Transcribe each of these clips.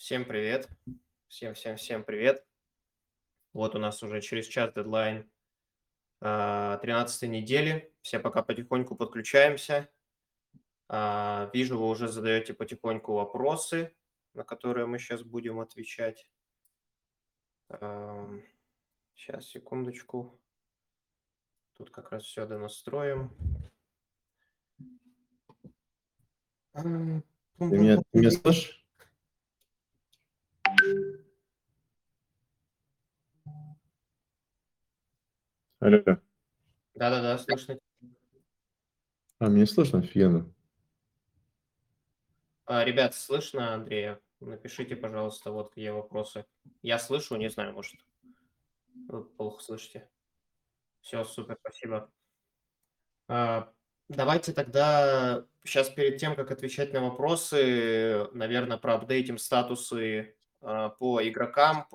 Всем привет. Всем привет. Вот у нас уже через час дедлайн 13 недели. Все пока потихоньку подключаемся. Вижу, вы уже задаете потихоньку вопросы, на которые мы сейчас будем отвечать. Сейчас, секундочку. Тут как раз все донастроим. Ам, Ты меня слышишь? Алло. Да-да-да, слышно. Меня слышно офигенно. Ребят, слышно Андрея? Напишите, пожалуйста, вот какие вопросы. Я слышу, не знаю, может, вы плохо слышите. Все, супер, спасибо. А, Давайте тогда сейчас перед тем, как отвечать на вопросы, наверное, проапдейтим статусы по игрокам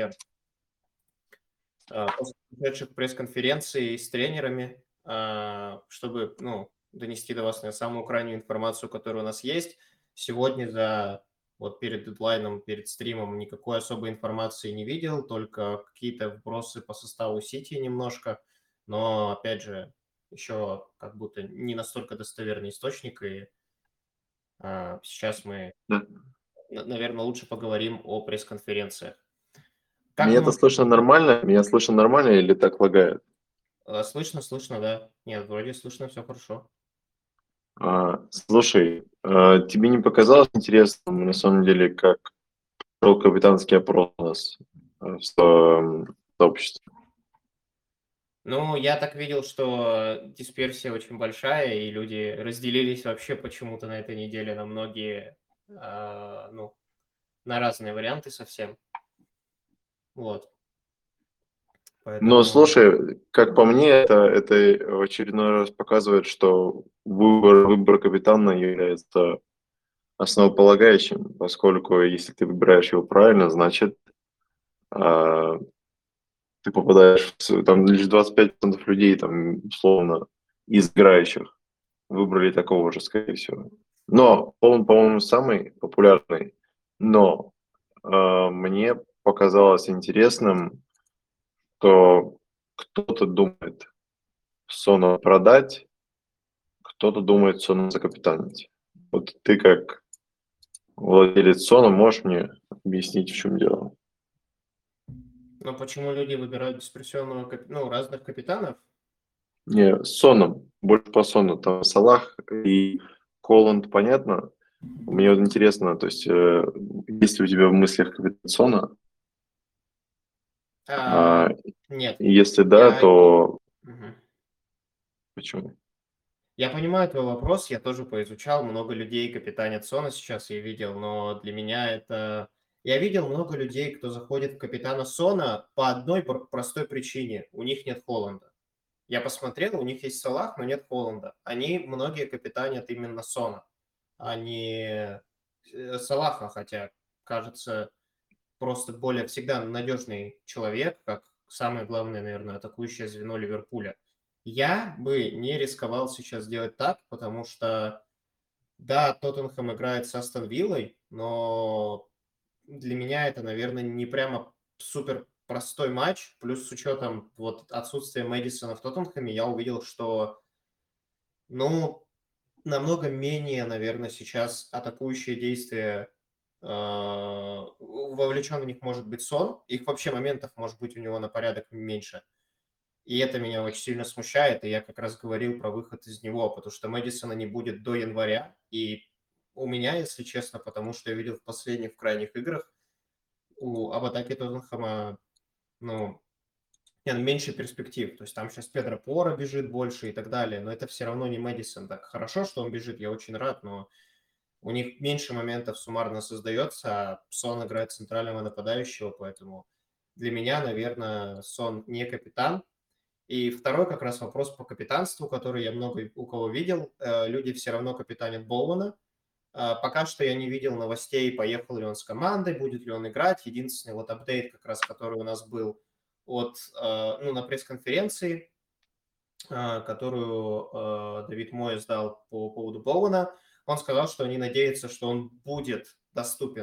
после прошедших пресс-конференций с тренерами, чтобы, ну, донести до вас, наверно, самую крайнюю информацию, которая у нас есть. Сегодня вот перед дедлайном, перед стримом никакой особой информации не видел, только какие-то вбросы по составу Сити немножко, но, опять же, еще как будто не настолько достоверный источник, и сейчас мы, Да. наверное, лучше поговорим о пресс-конференциях. Как Меня-то мы слышно нормально? Меня слышно нормально или так лагает? Слышно, да. Нет, вроде слышно, все хорошо. Слушай, тебе не показалось интересным, на самом деле, как шел капитанский опрос у нас в сообществе? Ну, я так видел, что дисперсия очень большая, и люди разделились вообще почему-то на этой неделе на многие, ну, на разные варианты совсем. Вот, Но поэтому слушай, как по мне, это в очередной раз показывает, что выбор капитана является основополагающим, поскольку если ты выбираешь его правильно, значит, а, ты попадаешь там лишь 25% людей, там, условно, из играющих выбрали такого же, скорее всего. Но он, по-моему, самый популярный. Но мне показалось интересным, что кто-то думает Сона продать, кто-то думает Сона закапитанить. Вот ты как владелец Сона можешь мне объяснить, в чем дело? но почему люди выбирают дисперсионного, ну, разных капитанов? Не, с Соном, больше по Сону. Там Салах и Холланд, понятно. Мне вот интересно, то есть, есть ли у тебя в мыслях капитан Сона? А, А, Нет, и если да, я то Мгм. почему? Я понимаю твой вопрос, я тоже поизучал, много людей капитанят Сона сейчас я видел, но для меня это... Я видел много людей, кто заходит в капитана Сона по одной простой причине. У них нет Холланда. Я посмотрел, у них есть Салах, но нет Холланда. Они многие капитанят именно Сона, а не Салаха, хотя, кажется, просто более всегда надежный человек, как самое главное, наверное, атакующее звено Ливерпуля. Я бы не рисковал сейчас делать так, потому что, да, Тоттенхэм играет с Астон Виллой, но для меня это, наверное, не прямо супер простой матч. Плюс с учетом вот отсутствия Мэдисона в Тоттенхэме, я увидел, что, ну, намного менее, наверное, сейчас атакующие действия вовлечен в них может быть Сон. Их вообще моментов может быть у него на порядок меньше. И это меня очень сильно смущает, и я как раз говорил про выход из него, потому что Мэдисона не будет до января. И у меня, если честно, потому что я видел в последних крайних играх, об атаке Тоттенхэма, ну, нет, меньше перспектив. То есть там сейчас Педро Поро бежит больше и так далее, но это все равно не Мэдисон. Так хорошо, что он бежит, я очень рад, но у них меньше моментов суммарно создается, а Сон играет центрального нападающего, поэтому для меня, наверное, Сон не капитан. И второй как раз вопрос по капитанству, который я много у кого видел. Люди все равно капитанят Боуэна. Пока что я не видел новостей, поехал ли он с командой, будет ли он играть. Единственный вот апдейт, как раз который у нас был ну, на пресс-конференции, которую Давид Моyes дал по поводу Боуэна. Он сказал, что они надеются, что он будет доступен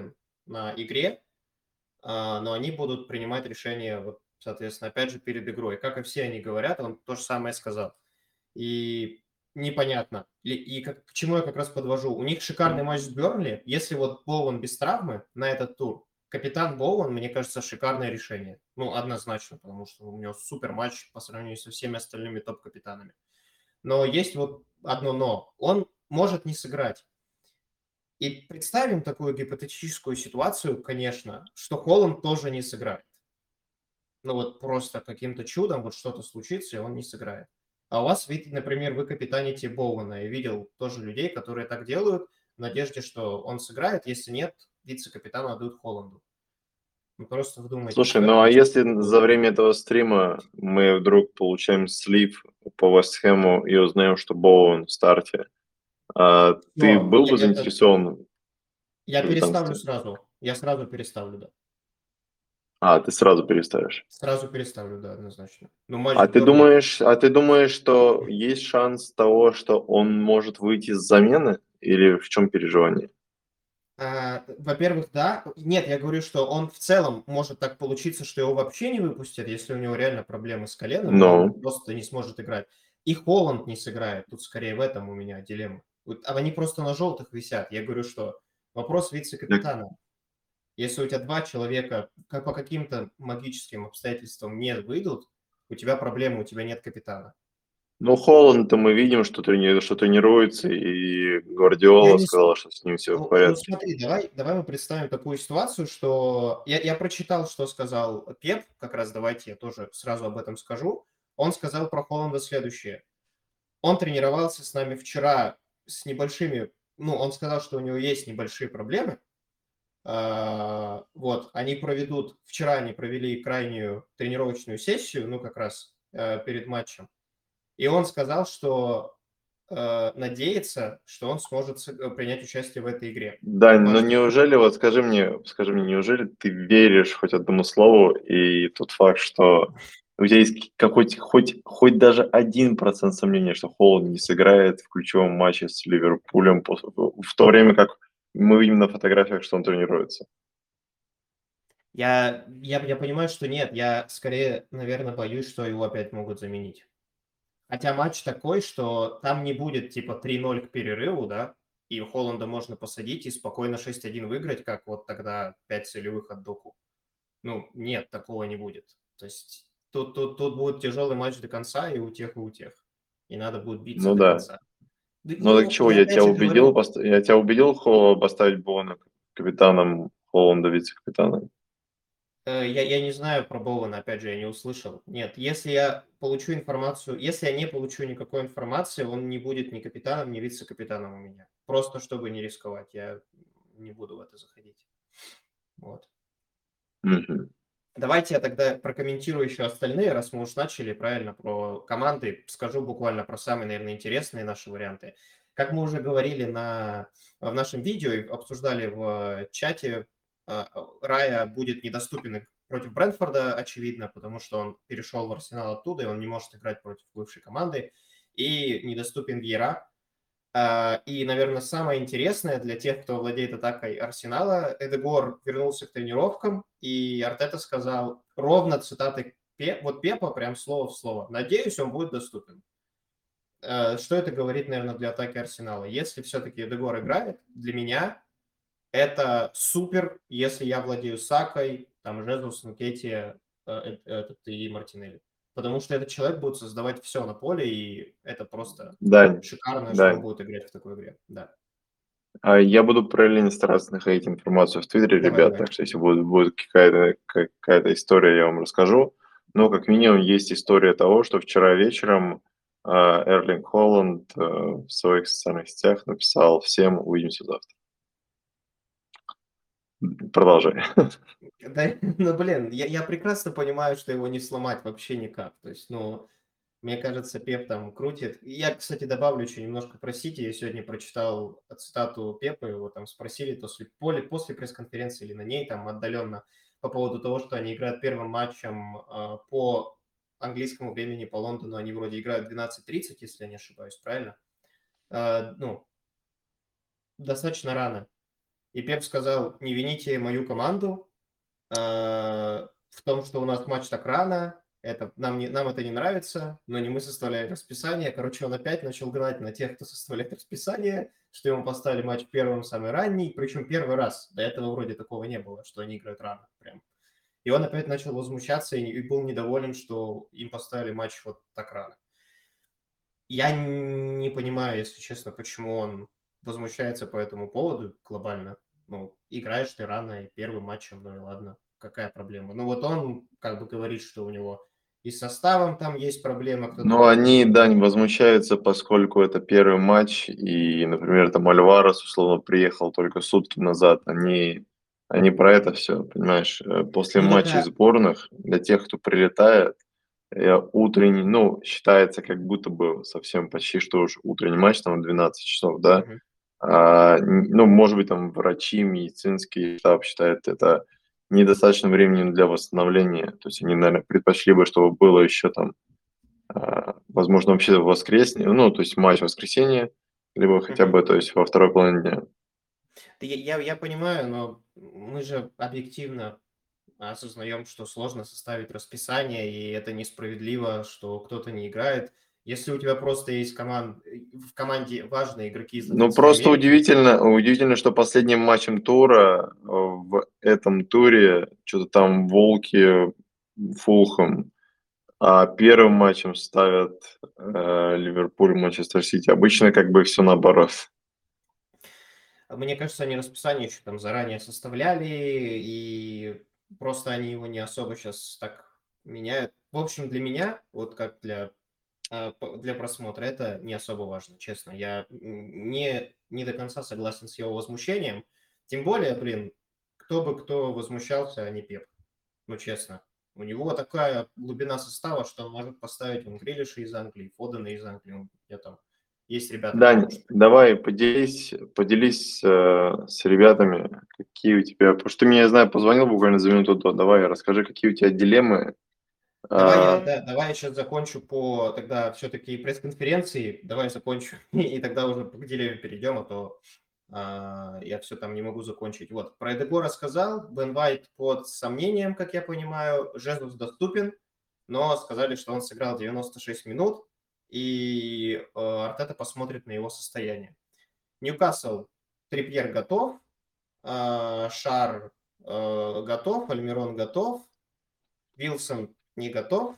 на игре, но они будут принимать решения, вот, соответственно, опять же, перед игрой. Как и все они говорят, он то же самое сказал. И непонятно. К чему я как раз подвожу. У них шикарный матч с Бернли. Если вот Боуэн без травмы на этот тур, капитан Боуэн, мне кажется, шикарное решение. Ну, однозначно, потому что у него супер матч по сравнению со всеми остальными топ-капитанами. Но есть вот одно но. Он может не сыграть. И представим такую гипотетическую ситуацию, конечно, что Холланд тоже не сыграет. Ну вот просто каким-то чудом вот что-то случится, и он не сыграет. А у вас, видите, например, вы капитаните Боуэна. Я видел тоже людей, которые так делают в надежде, что он сыграет. Если нет, вице-капитана отдают Холланду. Ну просто вдумайтесь Слушай, в ну это. а если за время этого стрима мы вдруг получаем слив по Вестхэму и узнаем, что Боуэн в старте, ты Но был бы заинтересован в я переставлю капитанстве? сразу. Я сразу переставлю, да. Ты сразу переставишь. Сразу переставлю, да, однозначно. Ну, А матч ты Бернли. думаешь, а ты думаешь, что есть шанс того, что он может выйти с замены? Или в чем переживание? Во-первых, да. Нет, я говорю, что он в целом может так получиться, что его вообще не выпустят, если у него реально проблемы с коленом, и он Ну, просто не сможет играть. И Холланд не сыграет. Тут скорее в этом у меня дилемма. Вот, они просто на желтых висят. Я говорю, что вопрос так, вице-капитана. Если у тебя два человека как по каким-то магическим обстоятельствам не выйдут, у тебя проблемы, у тебя нет капитана. ну Холланд-то мы видим, что тренируется, и Я Гвардиола не сказала, что с ним все в Ну, порядке. смотри, давай мы представим такую ситуацию, что я прочитал, что сказал Пеп, как раз давайте я тоже сразу об этом скажу. Он сказал про Холланда следующее. Он тренировался с нами вчера с небольшими, ну, он сказал, что у него есть небольшие проблемы. Вот, вчера они провели крайнюю тренировочную сессию, ну, как раз перед матчем. И он сказал, что надеется, что он сможет принять участие в этой игре. Дань, ну Важно. неужели, вот скажи мне, неужели ты веришь хоть одному слову, и тот факт, что у тебя есть хоть даже 1% сомнения, что Холланд не сыграет в ключевом матче с Ливерпулем в то время, как мы видим на фотографиях, что он тренируется? Я понимаю, что нет. Я скорее, наверное, боюсь, что его опять могут заменить. Хотя матч такой, что там не будет типа 3-0 к перерыву, да, и Холланда можно посадить и спокойно 6-1 выиграть, как вот тогда 5 целевых от Доку. Ну, нет, такого не будет. То есть тут будет тяжелый матч до конца и у тех, и у тех. И надо будет биться Ну до да. конца. Ну так Ну, чего, я опять же говорю, я тебя убедил поставить Бона капитаном, Холланда вице-капитаном? я не знаю про Боуэна, опять же, я не услышал. Нет, если я получу информацию, если я не получу никакой информации, он не будет ни капитаном, ни вице-капитаном у меня. Просто чтобы не рисковать, я не буду в это заходить. Вот. Мгм. Давайте я тогда прокомментирую еще остальные, раз мы уж начали, правильно, про команды. Скажу буквально про самые, наверное, интересные наши варианты. Как мы уже говорили в нашем видео и обсуждали в чате, Рая будет недоступен против Брентфорда, очевидно, потому что он перешел в Арсенал оттуда, и он не может играть против бывшей команды. И недоступен Вьера. И, наверное, самое интересное для тех, кто владеет атакой Арсенала, Эдегор вернулся к тренировкам, и Артета сказал ровно цитаты вот Пепа, прям слово в слово. Надеюсь, он будет доступен. Что это говорит, наверное, для атаки Арсенала? Если все-таки Эдегор играет, для меня это супер, если я владею Сакой, там, Жезус, Нкетти, этот и Мартинелли. Потому что этот человек будет создавать все на поле, и это просто Дань, шикарно, что он Дань. будет играть в такой игре. Да. Я буду параллельно стараться находить информацию в Твиттере, Давай, ребят, давай. так что если будет какая-то история, я вам расскажу. Но как минимум есть история того, что вчера вечером Эрлинг Холланд в своих социальных сетях написал «Всем увидимся завтра». Продолжай. Да, ну, блин, я прекрасно понимаю, что его не сломать вообще никак. То есть, ну, мне кажется, Пеп там крутит. Я, кстати, добавлю еще немножко про Сити. Я сегодня прочитал цитату Пепа, его там спросили после пресс-конференции или на ней там отдаленно по поводу того, что они играют первым матчем по английскому времени, по Лондону. Они вроде играют 12:30, если я не ошибаюсь, правильно? Ну, достаточно рано. И Пеп сказал, не вините мою команду в том, что у нас матч так рано, нам это не нравится, но не мы составляем расписание. Короче, он опять начал гнать на тех, кто составляет расписание, что ему поставили матч первым, самый ранний, причем первый раз. До этого вроде такого не было, что они играют рано прям. И он опять начал возмущаться и был недоволен, что им поставили матч вот так рано. Я не понимаю, если честно, почему он возмущается по этому поводу глобально. Ну, играешь ты рано и первым матчем, ну и ладно, какая проблема. Ну вот он как бы говорит, что у него и с составом там есть проблема, кто-то Но говорит, они, что... да, не возмущаются, поскольку это первый матч, и, например, там Альварес, условно, приехал только сутки назад. Они про это все, понимаешь? После Ну так, матчей сборных, для тех, кто прилетает, утренний, ну, считается как будто бы совсем почти что уж утренний матч, там, в 12 часов, да? Мгм. Ну, может быть, там врачи, медицинский штаб считает это недостаточным временем для восстановления. То есть они, наверное, предпочли бы, чтобы было еще там возможно, вообще в воскресенье, ну, то есть матч в воскресенье, либо хотя Мгм. бы, то есть во второй половине дня. Да я понимаю, но мы же объективно осознаем, что сложно составить расписание, и это несправедливо, что кто-то не играет. Если у тебя просто есть в команде важные игроки из Ну, Латинской просто Америки, удивительно, что последним матчем тура в этом туре что-то там Волки, Фулхэм, а первым матчем ставят Ливерпуль, Манчестер Сити. Обычно как бы все наоборот. мне кажется, они расписание еще там заранее составляли, и просто они его не особо сейчас так меняют. В общем, для меня, вот как для просмотра, это не особо важно, честно. Я не до конца согласен с его возмущением. Тем более, блин, кто бы кто возмущался, а не Пеп. Ну, честно. У него такая глубина состава, что он может поставить Грилиша из Англии, Фодена из Англии. Там есть ребята, кто Дань, может. давай поделись с ребятами, какие у тебя... Потому что ты мне, я знаю, позвонил буквально за минуту до. Давай, расскажи, какие у тебя дилеммы. А, Давай я сейчас закончу по тогда все-таки пресс-конференции. Давай я закончу, и тогда уже к деле перейдем, а то я все там не могу закончить. Вот, про Эдегора рассказал. Бен Вайт под сомнением, как я понимаю. Жезус доступен, но сказали, что он сыграл 96 минут, и Артета посмотрит на его состояние. Ньюкасл, Трипьер готов, Шар готов, Альмирон готов, Вилсон не готов,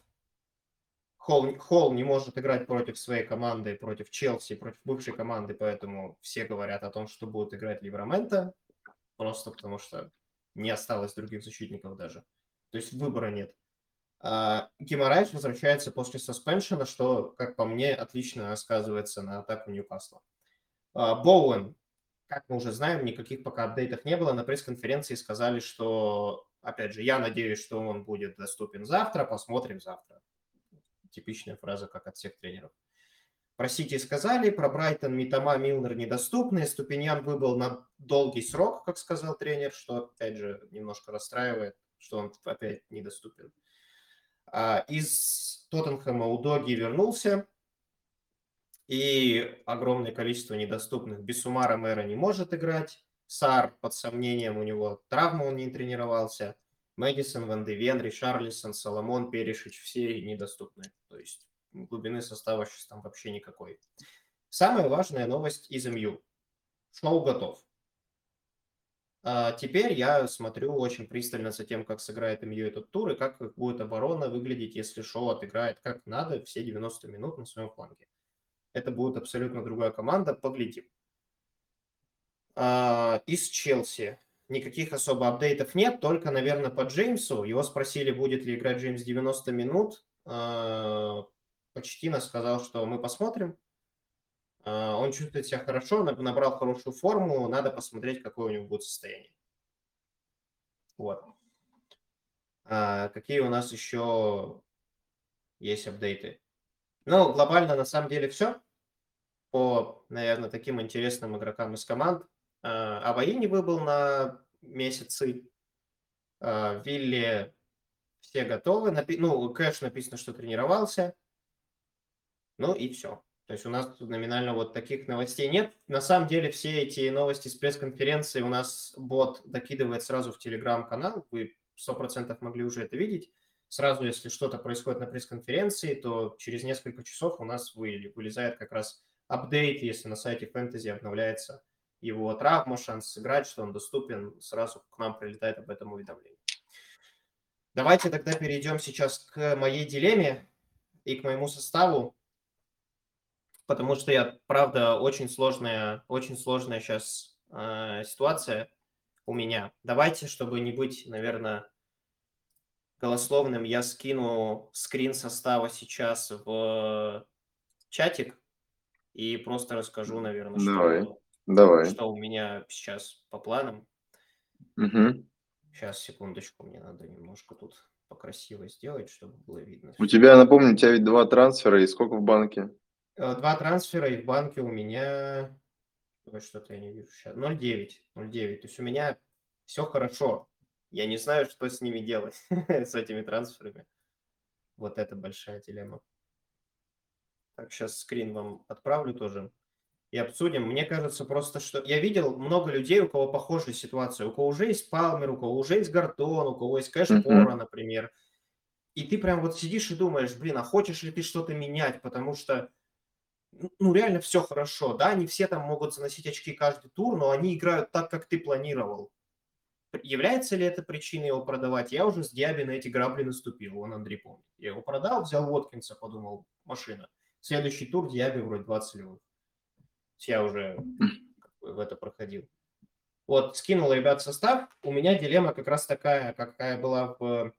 Холл не может играть против своей команды, против Челси, против бывшей команды, поэтому все говорят о том, что будут играть Ливраменто, просто потому что не осталось других защитников даже. То есть выбора нет. Гимараes возвращается после саспеншена, что, как по мне, отлично сказывается на атаку Ньюкасла. Боуэн, как мы уже знаем, никаких пока апдейтов не было. На пресс-конференции сказали, что, опять же, я надеюсь, что он будет доступен завтра, посмотрим завтра. Типичная фраза, как от всех тренеров. Про Сити сказали, про Брайтон, Митома, Милнер недоступны. Ступиньян выбыл на долгий срок, как сказал тренер, что, опять же, немножко расстраивает, что он опять недоступен. Из Тоттенхэма Удоги вернулся, и огромное количество недоступных. Бисумара Мэра не может играть, Сар под сомнением, у него травма, он не тренировался. Мэдисон, Ван де Вен, Ришарлисон, Соломон, Перишич, все недоступны. То есть глубины состава сейчас там вообще никакой. Самая важная новость из МЮ. Шоу готов. Теперь я смотрю очень пристально за тем, как сыграет МЮ этот тур и как будет оборона выглядеть, если Шоу отыграет как надо все 90 минут на своем фланге. Это будет абсолютно другая команда, поглядим. Из Челси никаких особо апдейтов нет, только, наверное, по Джеймсу. Его спросили, будет ли играть Джеймс 90 минут. Почтина сказал, что мы посмотрим. Он чувствует себя хорошо, набрал хорошую форму, надо посмотреть, какое у него будет состояние. Вот. Какие у нас еще есть апдейты? Ну, глобально, на самом деле, все по, наверное, таким интересным игрокам из команд. Аваини выбыл на месяцы. Вилли все готовы. Ну, Кэш написано, что тренировался. Ну и все. То есть у нас тут номинально вот таких новостей нет. На самом деле все эти новости с пресс-конференции у нас бот докидывает сразу в Телеграм-канал. Вы 100% могли уже это видеть. Сразу, если что-то происходит на пресс-конференции, то через несколько часов у нас вылезает как раз апдейт, если на сайте фэнтези обновляется его травма, шанс сыграть, что он доступен, сразу к нам прилетает об этом уведомление. Давайте тогда перейдем сейчас к моей дилемме и к моему составу, потому что правда, очень сложная сейчас ситуация у меня. Давайте, чтобы не быть, наверное, голословным, я скину скрин состава сейчас в чатик и просто расскажу, наверное, Давай, что давай. у меня сейчас по планам. Мгм. Сейчас, секундочку, мне надо немножко тут покрасиво сделать, чтобы было видно У все. тебя, напомню, у тебя ведь 2 трансфера, и сколько в банке? 2 трансфера, и в банке у меня... Ой, что-то я не вижу сейчас. 0,9. 0,9. То есть у меня все хорошо. Я не знаю, что с ними делать, с этими трансферами. Вот это большая дилемма. Так, сейчас скрин вам отправлю тоже и обсудим. Мне кажется просто, что я видел много людей, у кого похожая ситуация. У кого уже есть Палмер, у кого уже есть Гордон, у кого есть Кэш Пора, Мгм. например. И ты прям вот сидишь и думаешь, блин, а хочешь ли ты что-то менять? Потому что, ну, реально все хорошо. Да, они все там могут заносить очки каждый тур, но они играют так, как ты планировал. Является ли это причиной его продавать? Я уже с Диаби на эти грабли наступил, он Андрей помнит. Я его продал, взял Уоткинса, подумал, машина. Следующий тур Диаби вроде 20 левых. Я уже в это проходил. Вот, скинул, ребят, состав. У меня дилемма как раз такая, какая была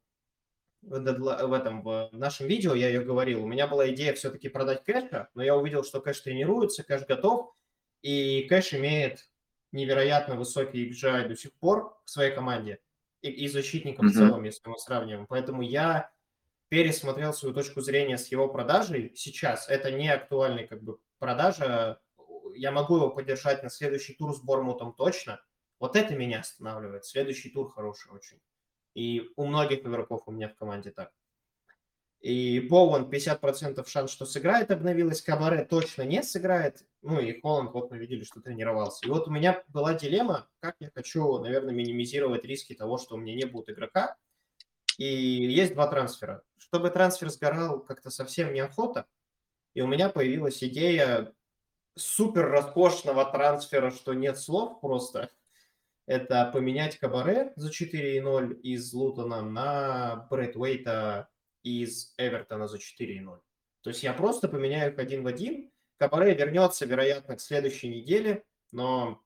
в нашем видео, я ее говорил. У меня была идея все-таки продать Кэша, но я увидел, что Кэш тренируется, Кэш готов, и Кэш имеет невероятно высокий XGI до сих пор в своей команде и защитников в Мгм. целом, если мы сравниваем. Поэтому я пересмотрел свою точку зрения с его продажей сейчас. Это не актуальная как бы продажа. Я могу его поддержать на следующий тур с Бормутом точно. Вот это меня останавливает. Следующий тур хороший очень. И у многих игроков у меня в команде так. И Боуэн 50% шанс, что сыграет, обновилась. Кабаре точно не сыграет. Ну и Холланд, вот мы видели, что тренировался. И вот у меня была дилемма, как я хочу, наверное, минимизировать риски того, что у меня не будет игрока. И есть 2 трансфера. Чтобы трансфер сгорал как-то совсем неохота, и у меня появилась идея супер роскошного трансфера, что нет слов просто. Это поменять Кабаре за 4,0 из Лутона на Брэдвейта из Эвертона за 4,0. То есть я просто поменяю их один в один. Кабаре вернется, вероятно, к следующей неделе, но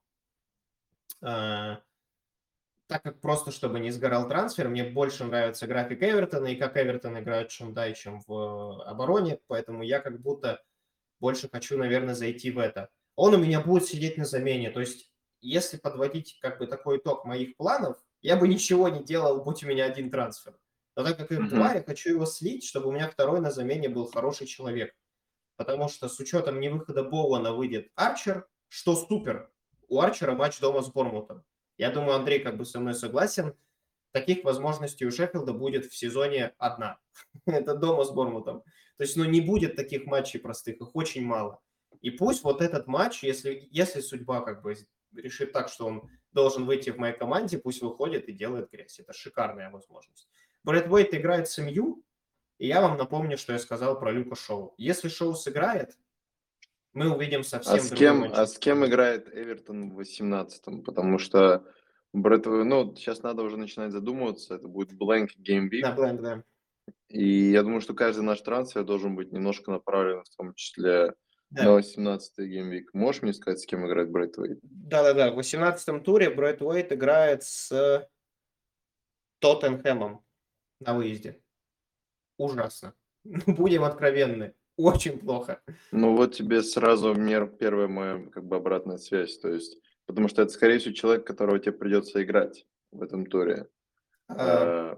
так как просто, чтобы не сгорал трансфер, мне больше нравится график Эвертона и как Эвертон играет Шундай, чем в обороне, поэтому я как будто больше хочу, наверное, зайти в это. Он у меня будет сидеть на замене, то есть если подводить как бы такой итог моих планов, я бы ничего не делал, будь у меня один трансфер. Но так как их два, Мгм. я хочу его слить, чтобы у меня второй на замене был хороший человек. Потому что с учетом невыхода Боуэна выйдет Арчер, что супер. У Арчера матч дома с Бормутом. Я думаю, Андрей как бы со мной согласен. Таких возможностей у Шеффилда будет в сезоне одна. Это дома с Бормутом. То есть, ну, не будет таких матчей простых, их очень мало. И пусть вот этот матч, если судьба как бы решит так, что он должен выйти в моей команде, пусть выходит и делает грязь. Это шикарная возможность. Брэд Уэйт играет с МЮ, и я вам напомню, что я сказал про Люка Шоу. Если Шоу сыграет, мы увидим А совсем с другой кем, а с Манчестер кем Юнайтед. играет Эвертон в 18-м? Потому что ну, сейчас надо уже начинать задумываться. Это будет blank game week. Да, Бленк, да. И я думаю, что каждый наш трансфер должен быть немножко направлен, в том числе на Да. 18-й геймвик. Можешь мне сказать, с кем играет Брэйтвейт? Да-да-да, в 18-м туре Брэд Уэйт играет с Тоттенхэмом на выезде. Ужасно. Будем откровенны. Очень плохо. Ну вот тебе сразу первая моя как бы обратная связь. То есть, потому что это, скорее всего, человек, которого тебе придется играть в этом туре. А, Э,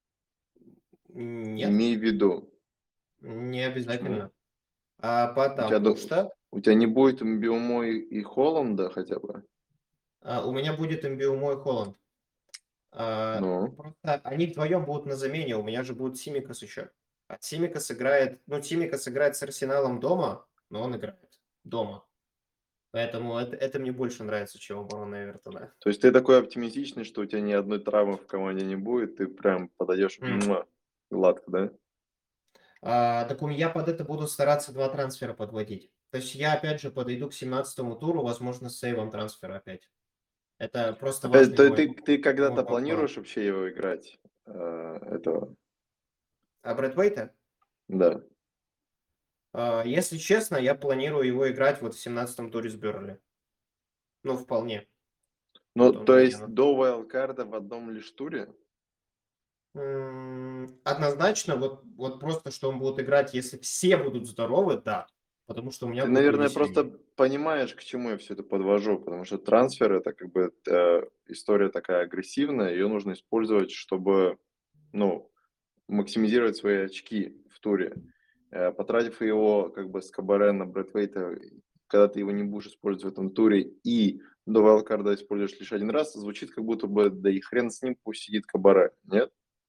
нет, Имей в виду, не почему? обязательно. У тебя, Потому что у тебя не будет Мбиумо и Холланда хотя бы? у меня будет Мбиумо и Холланд. Ну, Просто они вдвоем будут на замене, у меня же будет Симикас еще. А Симикас играет, ну, Симикас играет с Арсеналом дома, но он играет. дома. Поэтому это мне больше нравится, чем оборона Эвертона. То есть ты такой оптимистичный, что у тебя ни одной травмы в команде не будет, ты прям подойдешь М. гладко, да? Так я под это буду стараться 2 трансфера подводить. То есть я опять же подойду к 17-му туру, возможно, с сейвом трансфера опять. Это просто Опять, важный то мой ты мой когда-то мой план. планируешь вообще его играть, этого? А Брэдвейта? Да. Если честно, я планирую его играть вот в 17-м туре с Бернли. Ну, вполне. Ну, Вот он у то меня есть на до вайлдкарда в одном лишь туре? Однозначно, вот просто, что он будет играть, если все будут здоровы, да. Потому что у меня Ты, будет наверное, просто увеселение. понимаешь, к чему я все это подвожу, потому что трансфер — это как бы, история такая агрессивная, ее нужно использовать, чтобы, ну, максимизировать свои очки в туре. Потратив его как бы с Кабаре на Брэдвейта, когда ты его не будешь использовать в этом туре и до вайлдкарда используешь лишь один раз, звучит как будто бы, да и хрен с ним, пусть сидит Кабаре, нет?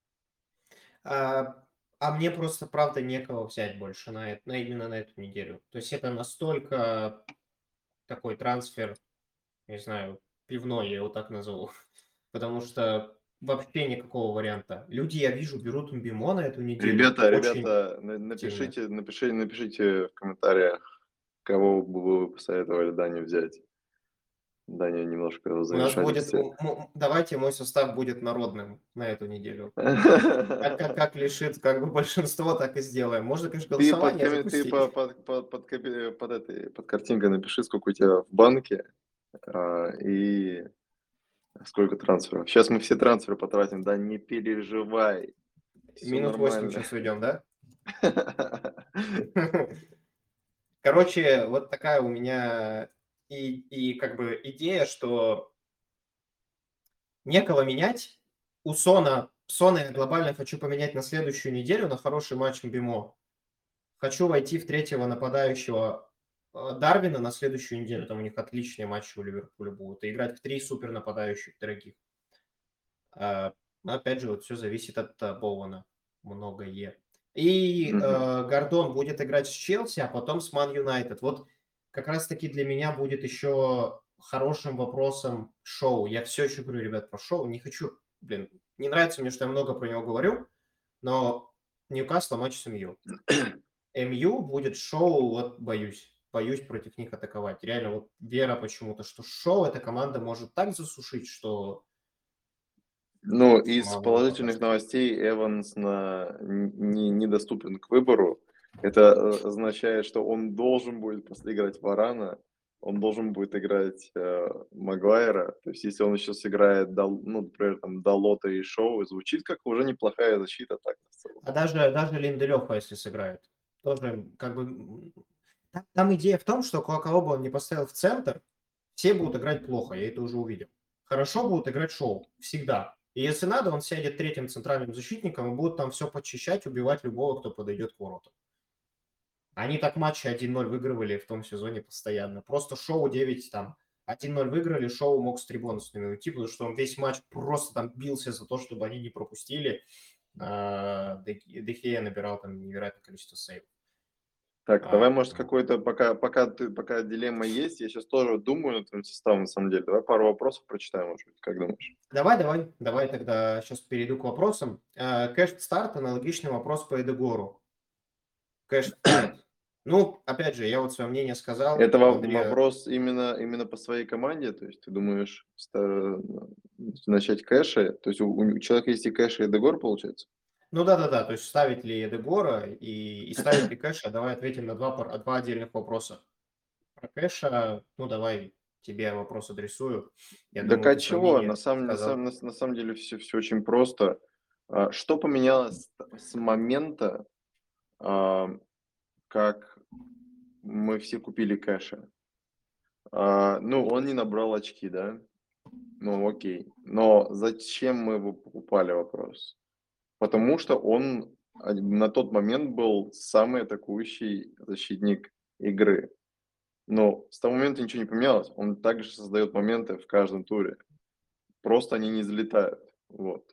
А, а мне просто, правда, некого взять больше именно на эту неделю. То есть это настолько такой трансфер, не знаю, пивной, я его так назову. Потому что вообще никакого варианта. Люди, я вижу, берут Мбимо на эту неделю очень Ребята, активно. напишите в комментариях, кого бы вы посоветовали Дане взять. Даню немножко в У нас будет, замешательстве. давайте мой состав будет народным на эту неделю. Как лишит как бы большинство, так и сделаем. Можно, конечно, голосование Ты запустить. под картинкой напиши, сколько у тебя в банке, и сколько трансферов. Сейчас мы все трансферы потратим, да не переживай, все Минут 8 нормально. сейчас уйдем, да? Короче, вот такая у меня и как бы идея, что некого менять. Сона я глобально хочу поменять на следующую неделю на хороший матч Мбимо. Хочу войти в третьего нападающего Дарвина на следующую неделю. Там у них отличные матчи у Ливерпуля будут. И играть в 3 супер нападающих дорогих. Но опять же, вот все зависит от Боуэна. Многое. И Мгм. Гордон будет играть с Челси, а потом с Ман Юнайтед. Вот как раз-таки для меня будет еще хорошим вопросом Шоу. Я все еще говорю, ребят, про Шоу. Не хочу, не нравится мне, что я много про него говорю, но Ньюкасл матч с МЮ. МЮ будет Шоу, вот боюсь. Боюсь против них атаковать. Реально, вот вера почему-то, что Шоу эта команда может так засушить, что Ну, из мало пока положительных что. новостей Эванс недоступен к выбору. Это означает, что он должен будет после играть Варана, он должен будет играть Магуайра. То есть, если он еще сыграет, ну, например, там, Далота и Шоу, звучит как уже неплохая защита так в целом. А даже Линделёфа, если сыграет, тоже как бы там идея в том, что кого бы он не поставил в центр, все будут играть плохо, я это уже увидел. Хорошо будут играть Шоу, всегда. И если надо, он сядет третьим центральным защитником и будет там все подчищать, убивать любого, кто подойдет к вороту. Они так матчи 1-0 выигрывали в том сезоне постоянно. Просто Шоу 9 там 1-0 выиграли, Шоу мог с трибуны с ними уйти, потому что он весь матч просто там бился за то, чтобы они не пропустили. Дехея набирал там невероятное количество сейвов. Так, давай, может, Ну, какой-то, пока дилемма есть, я сейчас тоже думаю над твоим составом, на самом деле. Давай пару вопросов прочитаем, может быть, как думаешь? давай тогда сейчас перейду к вопросам. Кэш старт, аналогичный вопрос по Эдегору. Кэш старт. Ну, опять же, я вот свое мнение сказал. Это Андреа. вопрос именно по своей команде? То есть ты думаешь начать кэши? То есть у человека есть и кэши, и Дегор, получается? Ну да-да-да, то есть ставить ли Эдегора и ставить ли Кэша, давай ответим на два отдельных вопроса. Про Кэша, ну давай тебе вопрос адресую. Я Так думаю, а ты свое чего? мнение сказал. На самом деле все очень просто. Что поменялось с момента, а, как мы все купили кэша? Ну, он не набрал очки, да? Ну, окей. Но зачем мы его покупали, вопрос? Потому что он на тот момент был самый атакующий защитник игры. Но с того момента ничего не поменялось. Он также создает моменты в каждом туре. Просто они не залетают. Вот.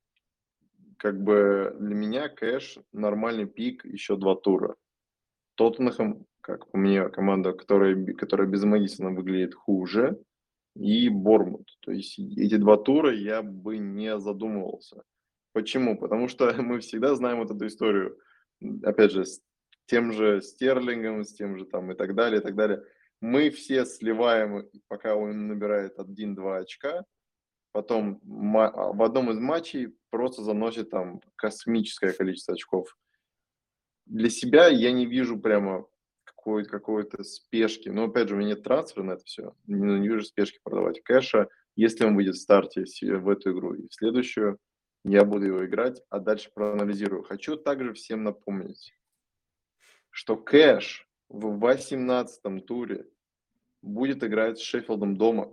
Как бы для меня кэш нормальный пик еще 2 тура. Тоттенхэм как по мне, команда, которая без Мэдисона выглядит хуже, и Борнмут. То есть эти 2 тура я бы не задумывался. Почему? Потому что мы всегда знаем вот эту историю. Опять же, с тем же Стерлингом, с тем же там и так далее, и так далее. Мы все сливаем, пока он набирает 1-2 очка, потом в одном из матчей просто заносит там космическое количество очков. Для себя я не вижу прямо какой-то спешки. Но опять же, у меня нет трансфера на это все. Не вижу спешки продавать кэша, если он выйдет в старте в эту игру. И в следующую я буду его играть, а дальше проанализирую. Хочу также всем напомнить, что кэш в 18-м туре будет играть с Шеффилдом дома.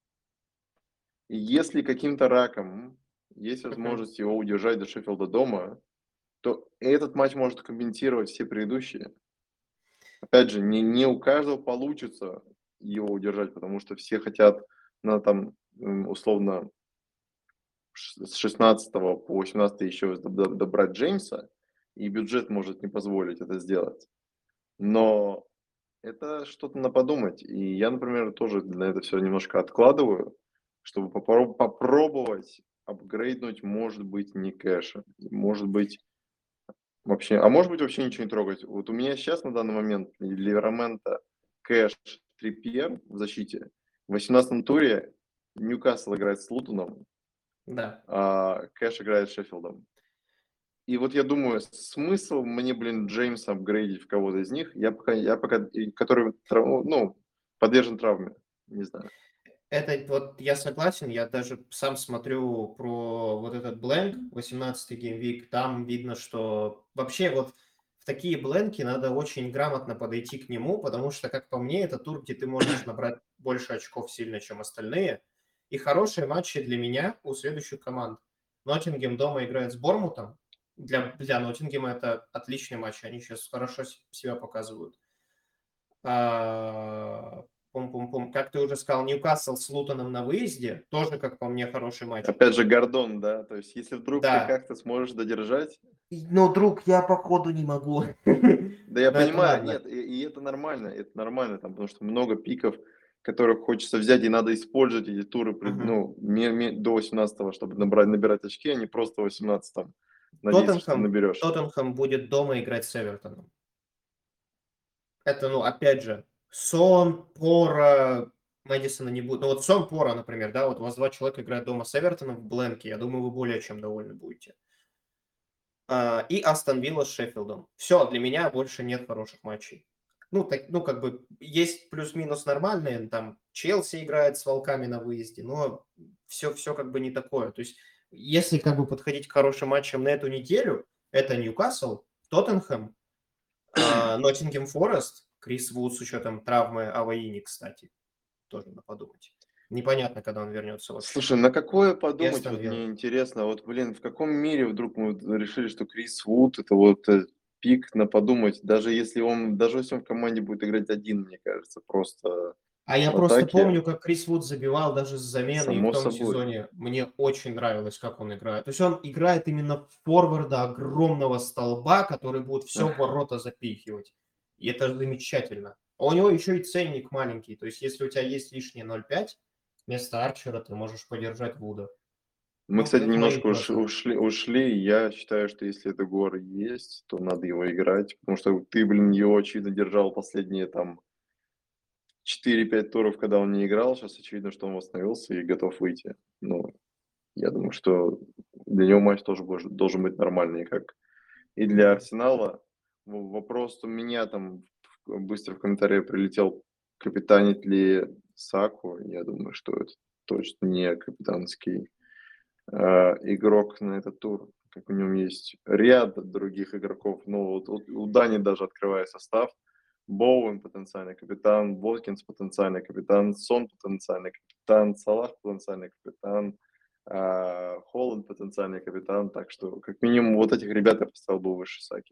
И если каким-то раком есть возможность его удержать до Шеффилда дома, то этот матч может компенсировать все предыдущие. Опять же, не у каждого получится его удержать, потому что все хотят на там, условно, с 16 по 18 еще добрать Джеймса, и бюджет может не позволить это сделать. Но это что-то на подумать. И я, например, тоже на это все немножко откладываю, чтобы попробовать апгрейднуть, может быть, не кэша, может быть, вообще ничего не трогать. Вот у меня сейчас на данный момент Ливермента, Кэш, Трипьер в защите. В 18-м туре Ньюкасл играет с Лутоном, Да. а Кэш играет с Шеффилдом. И вот я думаю, смысл мне, Джеймса апгрейдить в кого-то из них, который, подвержен травме, не знаю. Это вот я согласен, я даже сам смотрю про вот этот бленк, 18-й геймвик, там видно, что вообще вот в такие бленки надо очень грамотно подойти к нему, потому что, как по мне, это тур, где ты можешь набрать больше очков сильно, чем остальные. И хорошие матчи для меня у следующих команд. Ноттингем дома играет с Бормутом. Для Ноттингема это отличный матч, они сейчас хорошо себя показывают. А, Пум-пум-пум. Как ты уже сказал, Ньюкасл с Лутоном на выезде. Тоже, как по мне, хороший матч. Опять же, Гордон, да, то есть если вдруг ты Да. как-то сможешь додержать, Но, друг, я походу не могу. да, я Но это понимаю, ладно. нет, и это нормально, там, потому что много пиков, которых хочется взять, и надо использовать эти туры, Мгм. до 18-го, чтобы набирать очки, а не просто в 18-м надеяться, что ты Тоттенхэм, наберешь. Тоттенхэм будет дома играть с Эвертоном. Это, ну, опять же, Сон, Пора, Мэдисона не будет. Ну, вот Сон, Пора, например, да, вот у вас 2 человека играют дома с Эвертоном в бленке. Я думаю, вы более чем довольны будете. И Астон Вилла с Шеффилдом. Все, для меня больше нет хороших матчей. Ну, как бы есть плюс-минус нормальные, там Челси играет с Волками на выезде, но все как бы не такое. То есть если как бы подходить к хорошим матчам на эту неделю, это Ньюкасл, Тоттенхэм, Ноттингем Форест, Крис Вуд с учетом травмы Аваини, кстати, тоже надо подумать. Непонятно, когда он вернется вообще. Слушай, на какое И подумать, Астон вот мне Вилла. интересно, вот, в каком мире вдруг мы вот решили, что Крис Вуд это вот пик на подумать, даже если он в команде будет играть один, мне кажется, просто А я в просто атаке, помню, как Крис Вуд забивал даже с замены, и в само том собой. сезоне мне очень нравилось, как он играет. То есть он играет именно форварда огромного столба, который будет все в ворота запихивать. И это замечательно. А у него еще и ценник маленький. То есть если у тебя есть лишнее 0,5, вместо Арчера ты можешь подержать Вуда. Мы, Ну, кстати, это мои немножко просто. ушли. Я считаю, что если это гор есть, то надо его играть, потому что ты, его, очевидно, держал последние там 4-5 туров, когда он не играл. Сейчас очевидно, что он восстановился и готов выйти. Ну, я думаю, что для него матч тоже должен быть нормальный, как и для Мгм. Арсенала. Вопрос у меня там быстро в комментарии прилетел, капитанить ли Саку. Я думаю, что это точно не капитанский игрок на этот тур. Как у него есть ряд других игроков. Ну, вот у Дани даже открывая состав. Боуэн потенциальный капитан, Воткинс потенциальный капитан, Сон потенциальный капитан, Салах потенциальный капитан, Холланд потенциальный капитан. Так что, как минимум, вот этих ребят я поставил бы выше Саки.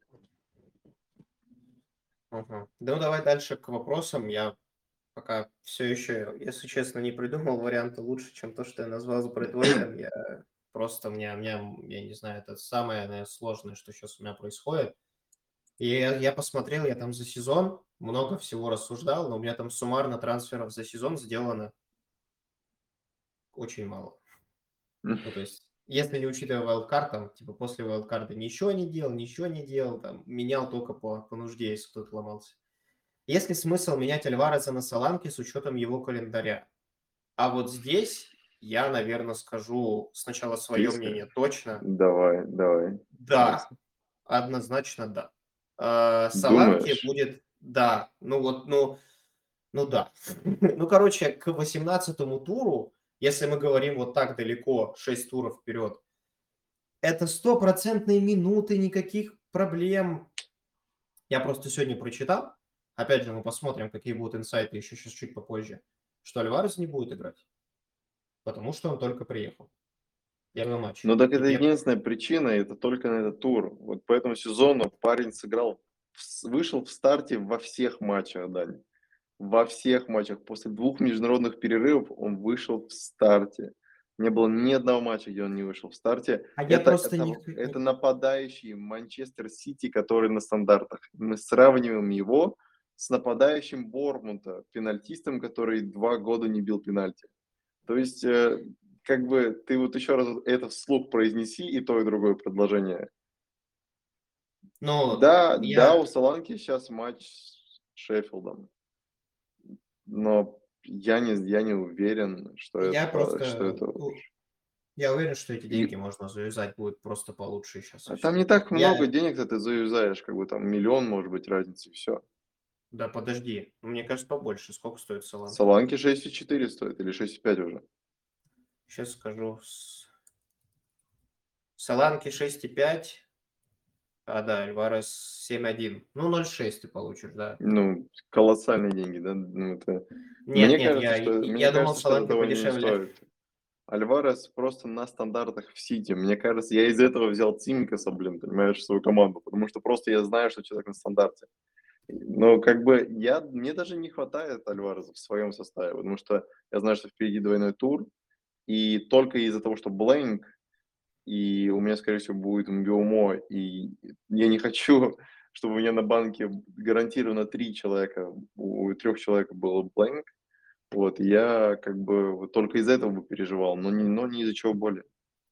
Мгм. Ну, давай дальше к вопросам. Я пока все еще, если честно, не придумал варианта лучше, чем то, что я назвал с Брэдвейтом. Я просто, я не знаю, это самое, наверное, сложное, что сейчас у меня происходит. И я посмотрел, я там за сезон много всего рассуждал, но у меня там суммарно трансферов за сезон сделано очень мало. Ну, то есть, если не учитывая wildcard, там, типа, после wildcard ничего не делал, там, менял только по нужде, если кто-то ломался. Есть ли смысл менять Альвареса на Соланке с учетом его календаря? А вот здесь я, наверное, скажу сначала свое Ты мнение точно. давай. Да, однозначно да. Соланке Думаешь? будет, да, ну вот, ну да. Ну, короче, к 18-му туру, если мы говорим вот так далеко, 6 туров вперед, это стопроцентные минуты, никаких проблем. Я просто сегодня прочитал, опять же, мы посмотрим, какие будут инсайты еще чуть попозже, что Альварес не будет играть, потому что он только приехал. Первый матч. Ну так И это первый. единственная причина, это только на этот тур. Вот по этому сезону парень сыграл, вышел в старте во всех матчах, Дань. Во всех матчах. После 2 международных перерывов он вышел в старте. Не было ни одного матча, где он не вышел в старте. А я Это, просто это, это нападающий Манчестер Сити, который на стандартах. Мы сравниваем его с нападающим Бормунта, пенальтистом, который 2 года не бил пенальти. То есть, как бы ты вот еще раз это вслух произнеси, и то, и другое предложение. Ну, Да, я у Соланки сейчас матч с Шеффилдом, но я не уверен, что я что просто, это. я уверен, что эти И деньги можно завязать будет просто получше сейчас и там все. не так много Я денег-то ты заюзаешь, как бы там миллион, может быть, разницы, все. Да подожди, мне кажется, побольше. Сколько стоит Соланки? Соланки 6,4 стоит или 6,5 уже. Сейчас скажу. Соланки 6,5, а да, Альварес 7,1. Ну, 0,6 ты получишь, да. Ну, колоссальные деньги, да? Ну, это. Нет, Мне нет, кажется, я, что я думал, это Соланки того не подешевле. стоит. Альварес просто на стандартах в Сити. Мне кажется, я из этого взял Цимикаса, блин, понимаешь, в свою команду, потому что просто я знаю, что человек на стандарте. Но как бы мне даже не хватает Альвареса в своем составе, потому что я знаю, что впереди двойной тур, и только из-за того, что Бленк, и у меня, скорее всего, будет Мбиумо, и я не хочу, чтобы у меня на банке гарантированно 3 человека, у 3 человек был Бленк, вот, я как бы вот только из-за этого бы переживал, но не из-за чего более.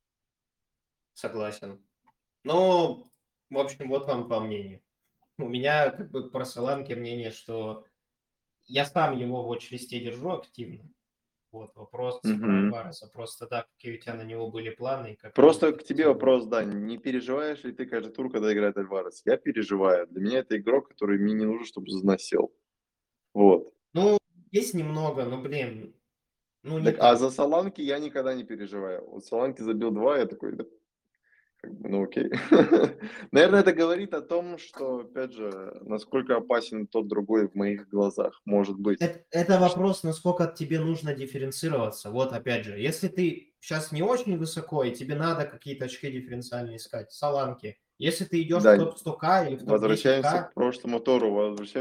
Согласен. Ну, в общем, вот вам по мнению. У меня как бы про Соланки мнение, что я сам его в watch-листе держу активно. Вот вопрос про Мгм. Альвареса. Просто да, какие у тебя на него были планы и как ты его Просто к тебе подтянул. вопрос, да, не переживаешь ли ты каждый тур, когда играет Альварес? Я переживаю. Для меня это игрок, который мне не нужен, чтобы заносил. Вот. Ну, есть немного, но, блин, ну не Так, а так. за Соланки я никогда не переживаю. Вот Соланки забил 2, я такой, да, как бы, ну окей. Наверное, это говорит о том, что, опять же, насколько опасен тот другой в моих глазах, может быть. Это вопрос, насколько тебе нужно дифференцироваться. Вот опять же, если ты сейчас не очень высоко, и тебе надо какие-то очки дифференциальные искать, Соланки. Если ты идешь в Да, топ-100К или в возвращаемся топ-10К, к прошлому туру,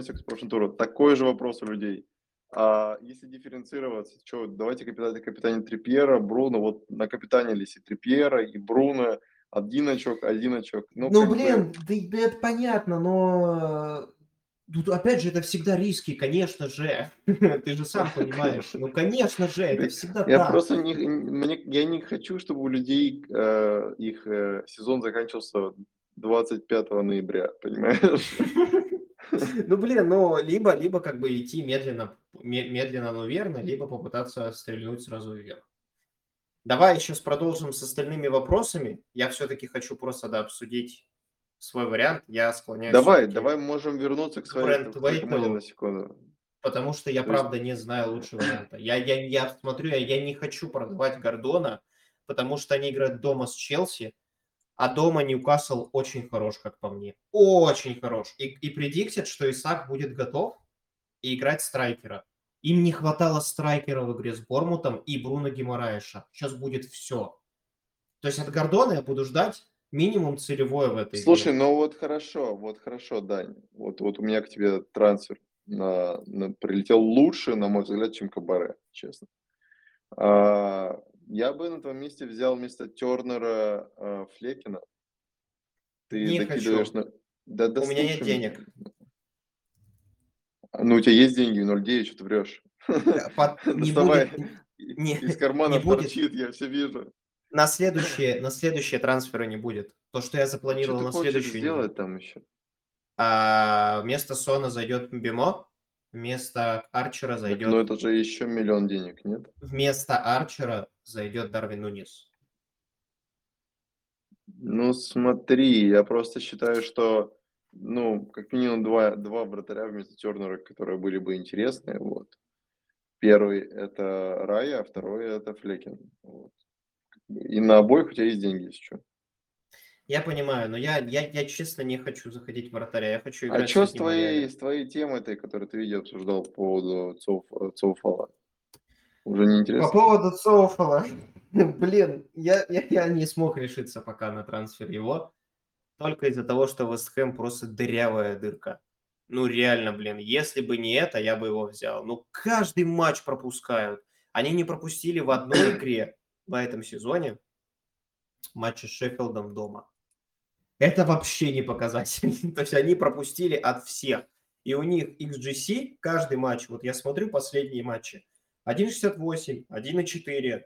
Такой же вопрос у людей. А если дифференцироваться, что, давайте капитане Трипьера, Бруно, вот на капитане и Трипьера и Бруно, один очок. Ну, ну, как бы, блин, да это понятно, но тут опять же это всегда риски, конечно же. Ты же сам понимаешь. Ну, конечно же, это да, всегда я так. просто я не хочу, чтобы у людей их сезон заканчивался 25 ноября, понимаешь? Ну, блин, ну, либо как бы идти медленно, медленно, но верно, либо попытаться стрельнуть сразу вверх. Давай сейчас продолжим с остальными вопросами. Я все-таки хочу просто, да, обсудить свой вариант. Я склоняюсь все-таки Давай можем вернуться к Брент к твоей команде на Уэйту, секунду. потому что я, То есть, правда, не знаю лучше варианта. Я смотрю, я не хочу продавать Гордона, потому что они играют дома с Челси, а дома Ньюкасл очень хорош, как по мне. Очень хорош. И предиктит, что Исаак будет готов и играть страйкера. Им не хватало страйкера в игре с Бормутом и Бруно Гимараеша. Сейчас будет все. То есть от Гордона я буду ждать минимум целевое в этой слушай, игре. ну вот хорошо, Дань. Вот у меня к тебе трансфер прилетел лучше, на мой взгляд, чем Кабаре, честно. Я бы на твоем месте взял вместо Тернера Флекина. Ты Не докидываешь хочу. на... Да У меня нет слушай, денег. Ну, у тебя есть деньги, 0,9, что ты врешь? Не будет, Доставай, из не карманов будет. торчит, я все вижу. На следующие трансферы не будет. То, что я А что запланировал ты на хочешь следующую неделю. сделать там еще? Вместо Сона зайдет Мбимо, вместо Арчера Так, ну зайдет это же еще миллион денег, нет? вместо Арчера зайдет Дарвин Нунис. Ну, смотри, я просто считаю, что, ну, как минимум два вратаря вместо Тернера, которые были бы интересны, вот. Первый это Рая, а второй это Флекин. Вот. И на обоих у тебя есть деньги, если что. Я понимаю, но я честно не хочу заходить в вратаря, я хочу А играть с что с одним на твоей, реале. с твоей темой этой, которую ты видео обсуждал по поводу Цоуфала? Уже не По интересно? поводу Соуфала, блин, я не смог решиться пока на трансфер его, только из-за того, что Вест Хэм просто дырявая дырка. Ну реально, блин, если бы не это, я бы его взял. Ну каждый матч пропускают. Они не пропустили в одной игре в этом сезоне матча с Шеффилдом дома. Это вообще не показатель. То есть они пропустили от всех. И у них XGC каждый матч, вот я смотрю последние матчи, 1,68, 1,4,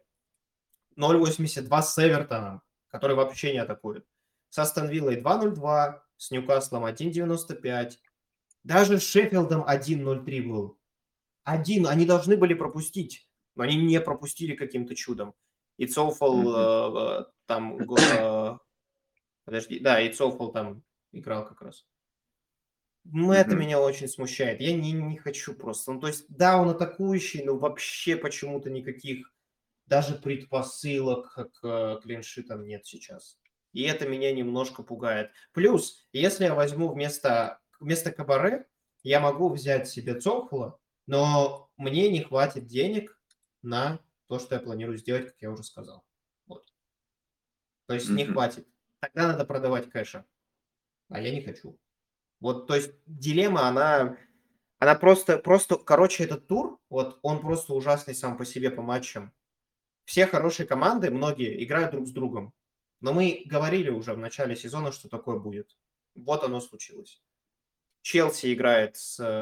0,82 с Эвертоном, который вообще не атакует. С Астон Виллой 2,02, с Ньюкаслом 1,95. Даже с Шеффилдом 1,03 был. Они должны были пропустить, но они не пропустили каким-то чудом. И Мгм. Цоуфал там... Подожди, да, и Цоуфал там играл как раз. Ну, это Мгм. меня очень смущает. Я не хочу просто. Ну, то есть, да, он атакующий, но вообще почему-то никаких даже предпосылок к клиншитам нет сейчас. И это меня немножко пугает. Плюс, если я возьму вместо Кабаре, я могу взять себе Цохла, но мне не хватит денег на то, что я планирую сделать, как я уже сказал. Вот. То есть не Мгм. хватит. Тогда надо продавать кэша, а я не хочу. Вот, то есть дилемма, она просто, короче, этот тур, вот он просто ужасный сам по себе по матчам. Все хорошие команды, многие играют друг с другом. Но мы говорили уже в начале сезона, что такое будет. Вот оно случилось. Челси играет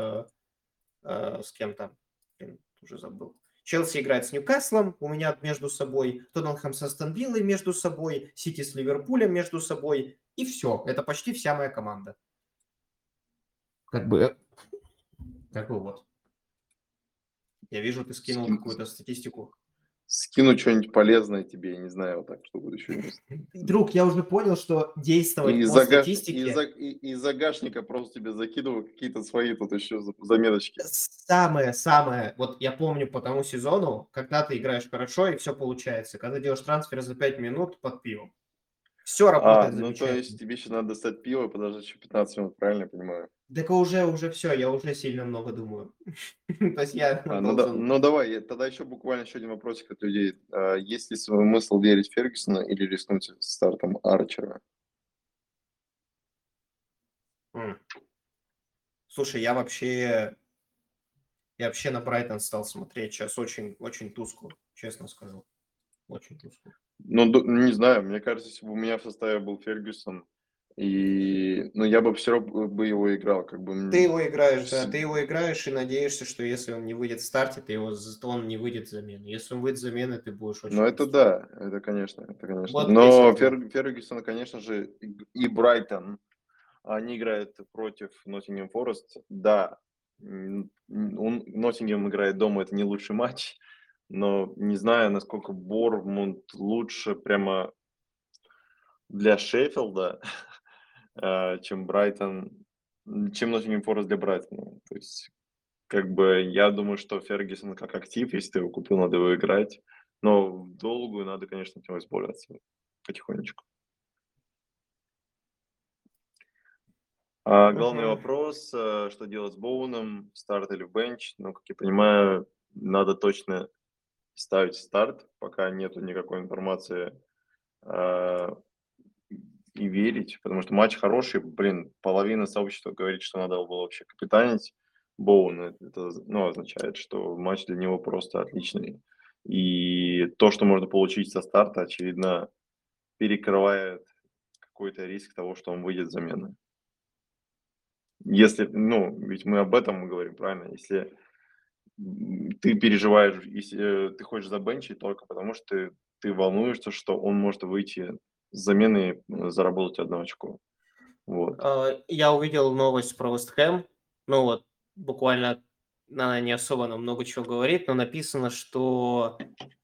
с кем-то. Блин, уже забыл. Челси играет с Ньюкаслом у меня между собой, Тоттенхэм с Астон Виллой между собой, Сити с Ливерпулем между собой. И все. Это почти вся моя команда. Как бы вот. Я вижу, ты скинул Скин- какую-то статистику. Скину что-нибудь полезное тебе, я не знаю, вот так, что будет еще вместе. Друг, я уже понял, что И действовать из, по загаш... и статистике из загашника просто тебе закидываю какие-то свои тут еще заметочки. самое, вот я помню по тому сезону, когда ты играешь хорошо и все получается, когда делаешь трансфер за 5 минут под пивом. Все работает Ну то есть замечательно. тебе сейчас надо достать пиво и подождать еще 15 минут, правильно я понимаю? Так уже все, я уже сильно много думаю. То есть я должен... Ну давай, тогда еще буквально еще один вопросик от людей. Есть ли смысл верить в Фергюсона или рискнуть стартом Арчера? М. Слушай, я вообще на Брайтон стал смотреть сейчас очень, очень тускло, честно скажу. Очень тускло. Ну, не знаю, мне кажется, если бы у меня в составе был Фергюсон, ну, я бы все равно бы его играл, как бы, Ты его играешь, да, вс- ты его играешь и надеешься, что если он не выйдет в старте, он не выйдет в замену. Если он выйдет в замену, ты будешь ну, очень это расстроен. да, это, конечно, это, конечно. Вот весь Но ответ. Фергюсон, конечно же, и Брайтон, они играют против Ноттингем Форест, да, Ноттингем играет дома, это не лучший матч, но не знаю, насколько Бормунд лучше прямо для Шеффилда, чем Брайтон, чем Ноттингем Форест для Брайтона. То есть, как бы, я думаю, что Фергюсон как актив, если ты его купил, надо его играть. Но в долгую надо, конечно, от него избавляться потихонечку. Главный Мгм. вопрос, что делать с Боуном, старт или в бенч? Ну, как я понимаю, надо точно ставить старт, пока нету никакой информации, а, и верить, потому что матч хороший. Блин, половина сообщества говорит, что надо было вообще капитанить Боуна. Это, ну, означает, что матч для него просто отличный. И то, что можно получить со старта, очевидно, перекрывает какой-то риск того, что он выйдет с замены. Если, ну, ведь мы об этом говорим, правильно? Если ты переживаешь, если ты хочешь забенчить только потому, что ты волнуешься, что он может выйти с замены и заработать 1 очко. Вот. Я увидел новость про Вест Хэм. Ну вот, буквально она не особо нам много чего говорит, но написано, что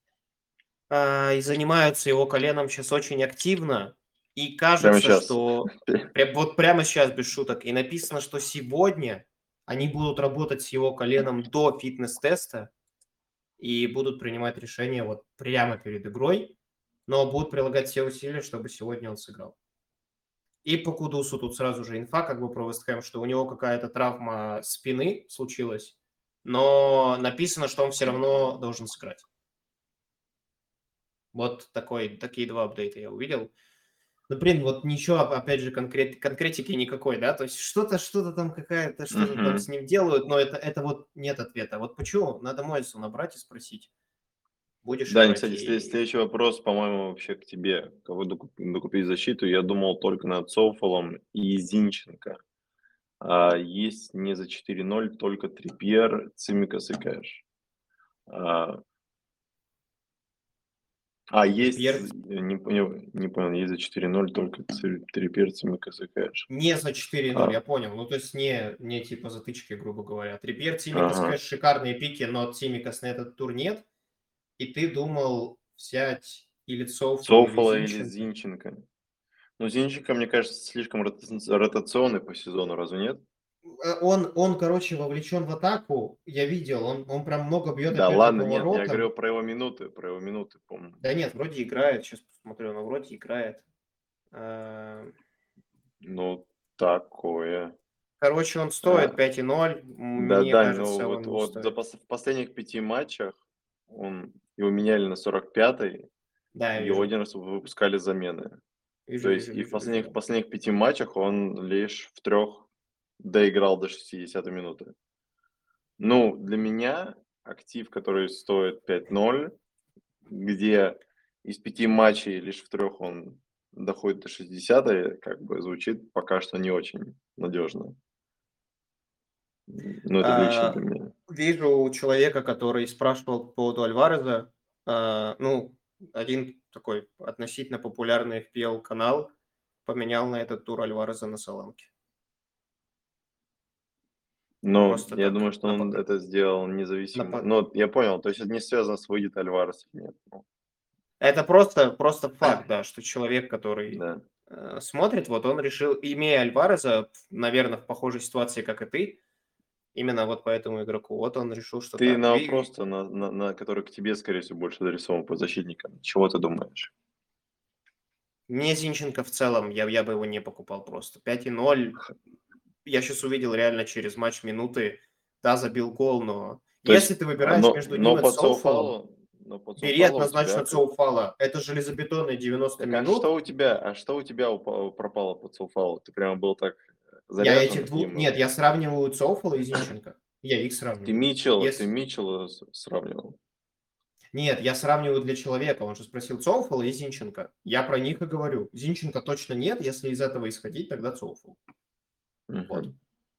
и занимаются его коленом сейчас очень активно. И Прямо кажется, сейчас. что вот прямо сейчас без шуток. И написано, что сегодня они будут работать с его коленом до фитнес-теста и будут принимать решение вот прямо перед игрой, но будут прилагать все усилия, чтобы сегодня он сыграл. И по Кудусу тут сразу же инфа как бы про Вест Хэм, что у него какая-то травма спины случилась, но написано, что он все равно должен сыграть. Вот такие 2 апдейта я увидел. Ну, блин, вот ничего, опять же, конкретики никакой, да? То есть что-то там какая-то, что-то там с Мгм. ним делают, но это вот нет ответа. Вот почему? Надо Мойсу набрать и спросить. Будешь Да, играть кстати, и следующий вопрос, по-моему, вообще к тебе. Кого докупить защиту? Я думал только над Соуфолом и Зинченко. А есть не за 4-0 только Трипьер, Цимикас и Кэш. А, есть, Трипьер не понял, есть за 4-0 только Трипьер, Цимикас и Кэш. не за 4-0, я А, понял. Ну, то есть не типа затычки, грубо говоря. Трипьер, Тимикас, ага. конечно, шикарные пики, но Тимикас на этот тур нет. И ты думал взять или Соуфола, или Соуфола или Зинченко. Зинченко? Ну, Зинченко, мне кажется, слишком ротационный по сезону, разве нет? Он, короче, вовлечен в атаку. Я видел, он прям много бьет, Да опять же, ладно, по нет, я воротам. говорю про его минуты, помню. Да нет, вроде играет. Сейчас посмотрю, но вроде играет. Э, Ну, такое. Короче, он А, стоит 5,0. да, Мне Дань, ну кажется, вот, он не вот за стоит. в последних 5 матчах его меняли на 45-й, Да, я его вижу. 1 раз выпускали с замены. Вижу, То есть вижу, и в вижу, вижу, да. последних 5 матчах он лишь в 3 доиграл до 60-й минуты. Ну, для меня актив, который стоит 5-0, где из 5 матчей лишь в 3 он доходит до 60-й, как бы звучит пока что не очень надежно. Ну, это лично для А, меня. Вижу человека, который спрашивал по поводу Альвареза. Ну, один такой относительно популярный FPL канал поменял на этот тур Альвареза на Саламке. Но Просто я так. думаю, что он это сделал На независимо. по- Ну, я понял, то есть это не связано с выйдет Альварес или нет. Ну, Это просто факт, да, что человек, который да. смотрит, вот он решил, имея Альвареза, наверное, в похожей ситуации, как и ты, именно вот по этому игроку, вот он решил, что Ты так. на вопрос-то, который к тебе, скорее всего, больше адресован по защитникам, чего ты думаешь? Мне Зинченко в целом, я бы его не покупал просто. 5,0. Я сейчас увидел реально через матч минуты, да, забил гол, но То если есть, ты выбираешь между ним и Цоуфолом, Но под бери Соуфало у тебя однозначно как... Цоуфала. Это железобетонные 90 Так, минут. а что у тебя пропало под Соуфало? Ты прямо был так Я заряжен этих на двух... ним? Нет, я сравниваю Цоуфола и Зинченко. Я их сравниваю. Ты Если... Митчелла сравнивал? Нет, я сравниваю для человека. Он же спросил Цоуфола и Зинченко. Я про них и говорю. Зинченко точно нет. Если из этого исходить, тогда Цоуфол. Вот. Мгм.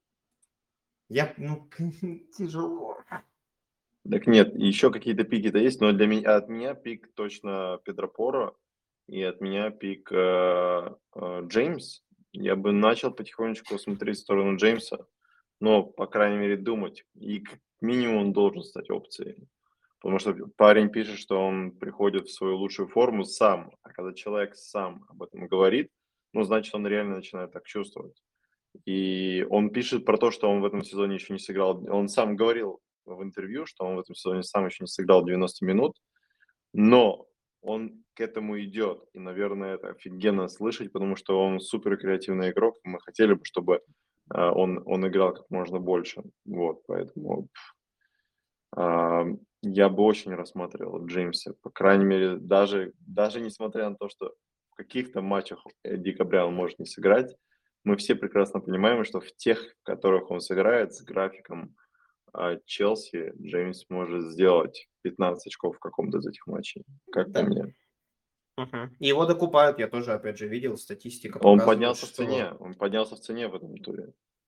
Ну, тяжело. Так нет, еще какие-то пики-то есть, но от меня пик точно Педро Поро, и от меня пик Джеймс. Я бы начал потихонечку смотреть в сторону Джеймса, но, по крайней мере, думать. И как минимум он должен стать опцией. Потому что парень пишет, что он приходит в свою лучшую форму сам. А когда человек сам об этом говорит, ну, значит, он реально начинает так чувствовать. И он пишет про то, что он в этом сезоне еще не сыграл. Он сам говорил в интервью, что он в этом сезоне сам еще не сыграл 90 минут, но он к этому идет. И, наверное, это офигенно слышать, потому что он супер креативный игрок. И мы хотели бы, чтобы он играл как можно больше. Вот, поэтому а, я бы очень рассматривал Джеймса. По крайней мере, даже несмотря на то, что в каких-то матчах декабря он может не сыграть, мы все прекрасно понимаем, что в тех, в которых он сыграет с графиком Челси, Джеймс может сделать 15 очков в каком-то из этих матчей, как по Да. мне. Мгм. Его докупают, я тоже, опять же, видел, статистика Он показывает, поднялся в что... цене, он поднялся в цене в этом туре.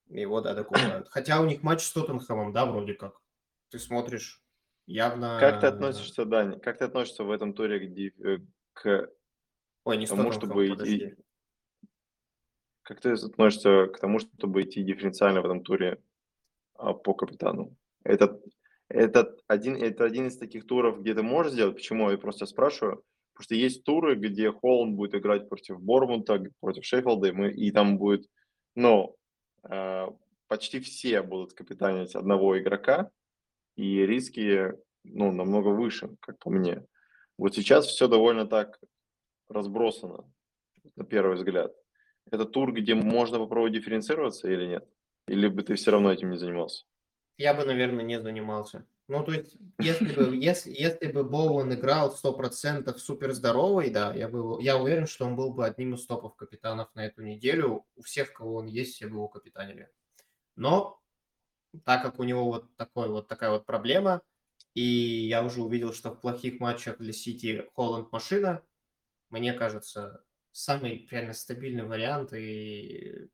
Его, да, докупают. Хотя у них матч с Тоттенхэмом, да, вроде как. Ты смотришь, Как ты явно... относишься, Дань, как ты относишься в этом туре к Ой, не с тому, Тоттенхэмом, чтобы подожди. идти, как ты относишься к тому, чтобы идти дифференциально в этом туре по капитану? Это, это один из таких туров, где ты можешь сделать. Почему я просто спрашиваю? Потому что есть туры, где Холланд будет играть против Бормута, против Шеффилда, и там будет, ну, э, почти все будут капитанить одного игрока, и риски, ну, намного выше, как по мне. Вот сейчас все довольно так разбросано, на первый взгляд. Это тур, где можно попробовать дифференцироваться или нет? Или бы ты все равно этим не занимался? Я бы, наверное, не занимался. Ну, то есть, если бы Боуэн играл 100% супер здоровый, да, я уверен, что он был бы одним из топов капитанов на эту неделю. У всех, кого он есть, все бы его капитанили. Но так как у него такая вот проблема, и я уже увидел, что в плохих матчах для Сити Холланд машина, мне кажется, самый реально стабильный вариант, и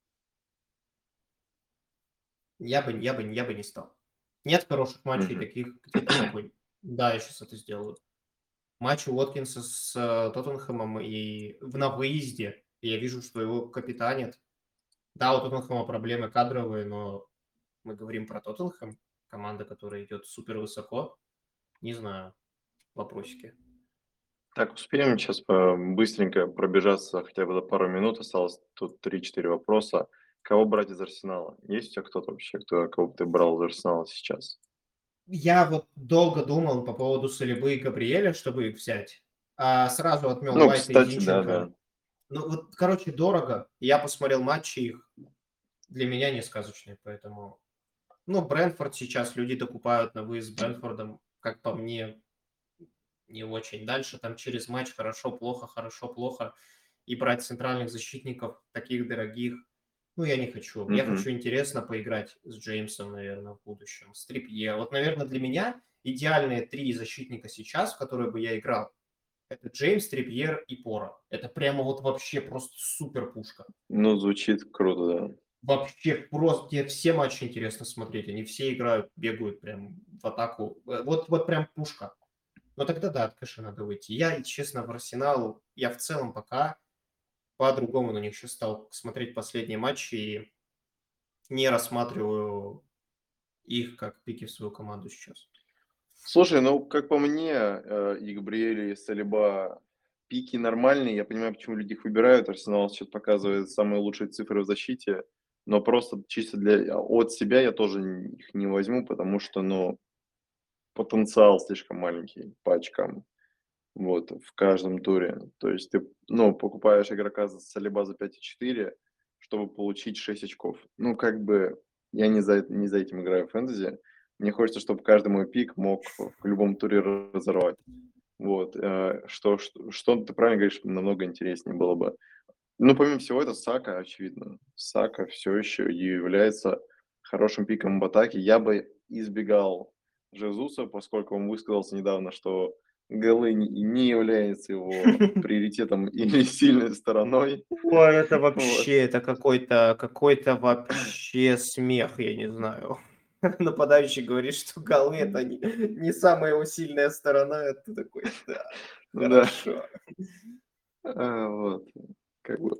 я бы не стал. Нет хороших матчей Мгм. таких, где ты такой: "Да, я сейчас это сделаю". Матч Уоткинса с, Тоттенхэмом и на выезде, и я вижу, что его капитанят. Да, у Тоттенхэма проблемы кадровые, но мы говорим про Тоттенхэм, команда, которая идет супер высоко. Не знаю, вопросики. Так, успеем сейчас быстренько пробежаться, хотя бы за пару минут осталось, тут три-четыре вопроса. Кого брать из Арсенала? Есть у тебя кто-то вообще, кого бы ты брал из Арсенала сейчас? Я вот долго думал по поводу Салибы и Габриэля, чтобы их взять, сразу отмел Ну, Уайта и кстати, да-да. Зинченко. Ну вот, короче, дорого. Я посмотрел матчи их, для меня не сказочные, поэтому... Ну, Брентфорд сейчас люди докупают на выезд с Брентфордом, как по мне, не очень. Дальше там через матч хорошо, плохо. И брать центральных защитников таких дорогих, ну, я не хочу. Я Мгм. хочу интересно поиграть с Джеймсом, наверное, в будущем, с Трипье. Вот, наверное, для меня идеальные три защитника сейчас, в которые бы я играл, это Джеймс, Трипьер и Пора. Это прямо вот вообще просто супер пушка. Ну, звучит круто, да. Вообще просто тебе все матчи интересно смотреть. Они все играют, бегают прям в атаку. Вот прям пушка. Но тогда да, от кэша надо выйти. Я, честно, в Арсенал, я в целом пока по-другому на них сейчас стал смотреть последние матчи и не рассматриваю их как пики в свою команду сейчас. Слушай, ну, как по мне, и Габриэль, и Салиба пики нормальные. Я понимаю, почему люди их выбирают. Арсенал сейчас показывает самые лучшие цифры в защите. Но просто чисто от себя я тоже их не возьму, потому что, ну, потенциал слишком маленький по очкам. Вот, в каждом туре. То есть ты, ну, покупаешь игрока за Салиба за 5,4, чтобы получить 6 очков. Ну, как бы я не за этим играю в фэнтези. Мне хочется, чтобы каждый мой пик мог в любом туре разорвать. Вот, что ты правильно говоришь, намного интереснее было бы. Ну, помимо всего, это Сака, очевидно. Сака все еще является хорошим пиком в атаке. Я бы избегал Жезуса, поскольку он высказался недавно, что голы не является его приоритетом или сильной стороной. Ой, это Вот. вообще, это какой-то вообще смех, я не знаю. Нападающий говорит, что голы это не самая его сильная сторона. Это такой, да, Да, хорошо. вот, как бы.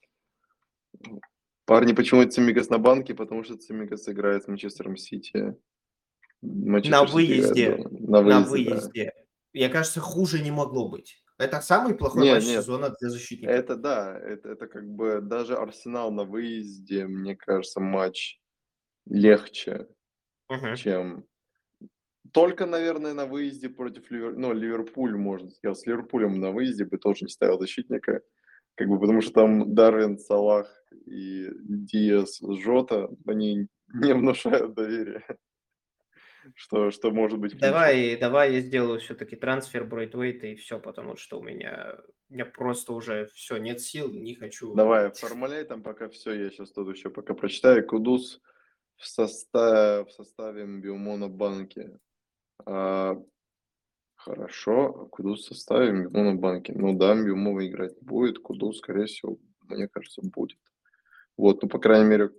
Парни, почему Цимикас на банке? Потому что Цимикас играет с Манчестером Сити. На Манчестер Сити играет выезде, дома. На на выезде, да. выезде. Мне кажется, хуже не могло быть. Это самый плохой Нет, матч нет, сезона для защитников. это да, это как бы даже Арсенал на выезде, мне кажется, матч легче, Мгм. чем только, наверное, на выезде против Ливерпуль, можно сказать. С Ливерпулем на выезде бы тоже не ставил защитника, как бы потому что там Дарвин, Салах и Диас, Жота, они не внушают доверия, что может быть хуже. Давай я сделаю все-таки трансфер Бройтвейта и все, потому что у меня просто уже все, нет сил, не хочу. Давай, оформляй там пока все, я сейчас тут еще пока прочитаю. Кудус в составе Мбиумо банки. А, хорошо, Кудус в составе Мбиумо банки. Ну да, Мбиумо играть будет, Кудус, скорее всего, мне кажется, будет. Вот, ну, по крайней мере,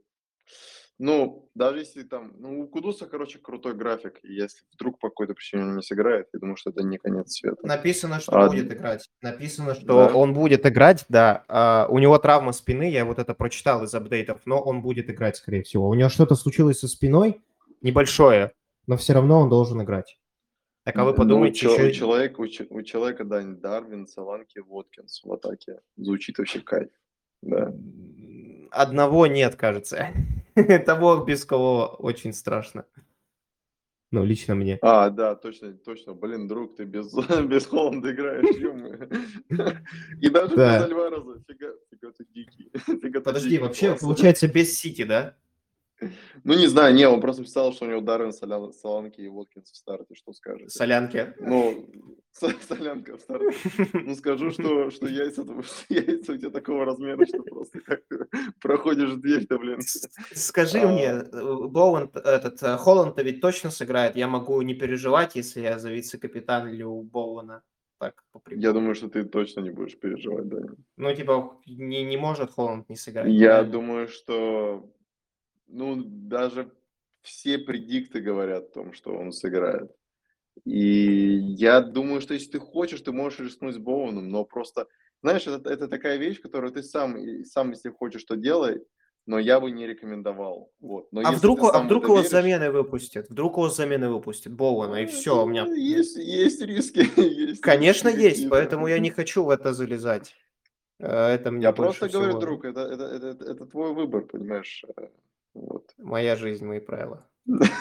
Ну, даже если там, ну, у Кудуса, короче, крутой график, и если вдруг по какой-то причине он не сыграет, я думаю, что это не конец света. Написано, что А, будет играть. Написано, что да? он будет играть, да. У него травма спины, я вот это прочитал из апдейтов, но он будет играть, скорее всего. У него что-то случилось со спиной, небольшое, но все равно он должен играть. Так, а вы Ну, подумайте еще... у человека, да, Дарвин, Соланки, Воткинс в атаке. Звучит вообще кайф, да. Одного нет, кажется. Того, без кого очень страшно. Ну, лично мне. А, да, точно, точно. Блин, друг, ты без, без Холланда играешь, ё-моё. И даже без Да. Альвареза. Фига ты дикий. Фига ты Подожди, дикий, вообще, класс. получается, без Сити, да? Ну, не знаю, не, он просто писал, что у него Дарвин, Соланки и Воткинс в старте. Что скажете? Солянки. Ну, Солянка в старте. Ну, скажу, что яйца, яйца у тебя такого размера, что просто как ты проходишь дверь-то, блин. Скажи мне, А, Боуэн, Холланд-то ведь точно сыграет? Я могу не переживать, если я за вице-капитан или у Боуэна. Так, по я приколу. думаю, что ты точно не будешь переживать, да. Ну, типа, не может Холланд не сыграть, Я правильно? думаю, что, ну, даже все предикты говорят о том, что он сыграет. И я думаю, что если ты хочешь, ты можешь рискнуть с Боуэном, но просто, знаешь, это такая вещь, которую ты сам, если хочешь, то делай, но я бы не рекомендовал. Вот. Но А если вдруг, ты а сам в вдруг это его с веришь, замены выпустят? Вдруг его с замены выпустят Боуэна, и все, у меня... есть риски, есть риски Конечно, есть, какие-то. поэтому я не хочу в это залезать. Это мне Я больше просто говорю, всего друг, это твой выбор, понимаешь? Вот. моя жизнь, мои правила.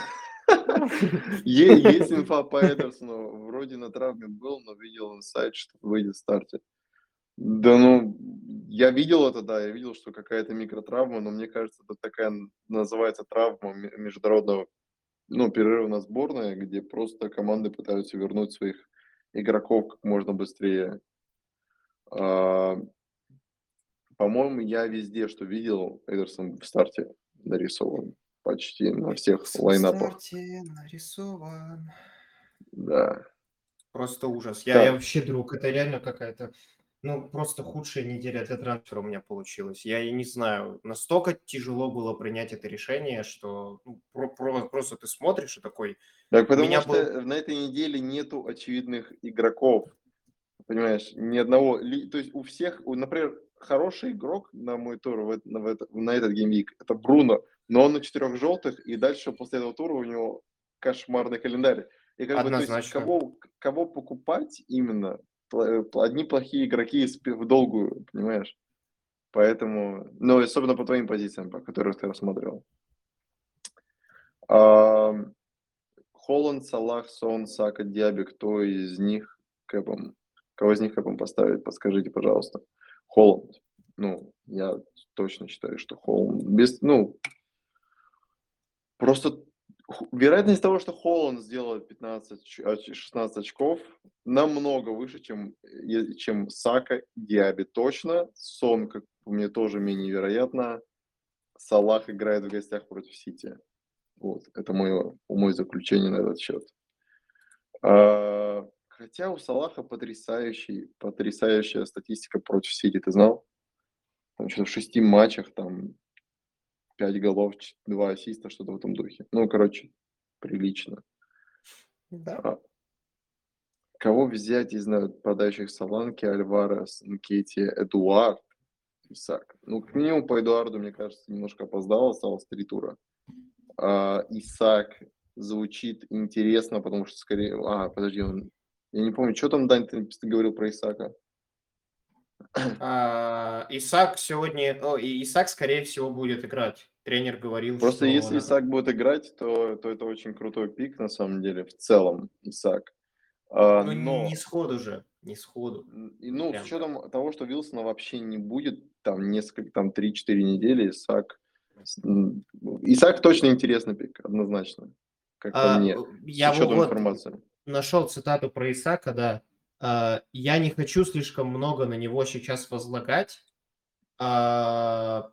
Есть инфа по Эдерсону, вроде на травме был, но видел инсайт, что выйдет в старте. Да, ну, я видел это, да, я видел, что какая-то микротравма, но мне кажется, это такая называется травма международного, ну, перерыва на сборной, где просто команды пытаются вернуть своих игроков как можно быстрее. А, По-моему, я везде, что видел, Эдерсон в старте нарисован почти на всех В лайнапах. старте нарисован. Да. Просто ужас. Я Так, вообще, друг, это реально какая-то, ну, просто худшая неделя для трансфера у меня получилась. Я и не знаю, настолько тяжело было принять это решение, что ну, просто ты смотришь и такой, так у потому меня был... что на этой неделе нету очевидных игроков. Понимаешь, ни одного, то есть у всех, например, хороший игрок на мой тур на этот геймвик — это Бруно, но он на 4 желтых, и дальше после этого тура у него кошмарный календарь. И как бы, то есть Однозначно. кого покупать именно, одни плохие игроки в долгую, понимаешь? Поэтому, ну, особенно по твоим позициям, по которым ты рассматривал. Ам, Холланд, Салах, Сон, Сака, Диаби, кто из них кэпом? Кого из них кэпом поставить? Подскажите, пожалуйста. Холланд. Ну, я точно считаю, что Холланд. Ну, просто вероятность того, что Холланд сделает 16 очков, намного выше, чем Сака, Диаби точно. Сон, как по мне, тоже менее вероятно. Салах играет в гостях против Сити. Вот, это мое заключение на этот счет. Хотя у Салаха потрясающая статистика против Сити, ты знал? Там что-то в 6 матчах, там 5 голов, 2 ассиста, что-то в этом духе. Ну, короче, прилично. Да. А кого взять из нападающих Соланки, Альварес, Нкетти, Эдуард, Исак? Ну, как минимум по Эдуарду, мне кажется, немножко опоздал, осталось 3 тура. Исак звучит интересно, потому что скорее... подожди, я не помню, что там, Дань, ты говорил про Исака? Исаак сегодня, Исаак, скорее всего, будет играть. Тренер говорил, Просто что если Исаак будет играть, то это очень крутой пик, на самом деле, в целом, Исаак. ну, не Но, сходу же, не сходу. ну, с Прям так. учетом того, что Вилсона вообще не будет, там, несколько, там, 3-4 недели, Исаак точно интересный пик, однозначно, как по мне, с Я учетом вот информации. нашел цитату про Исаака, да. Я не хочу слишком много на него сейчас возлагать, а,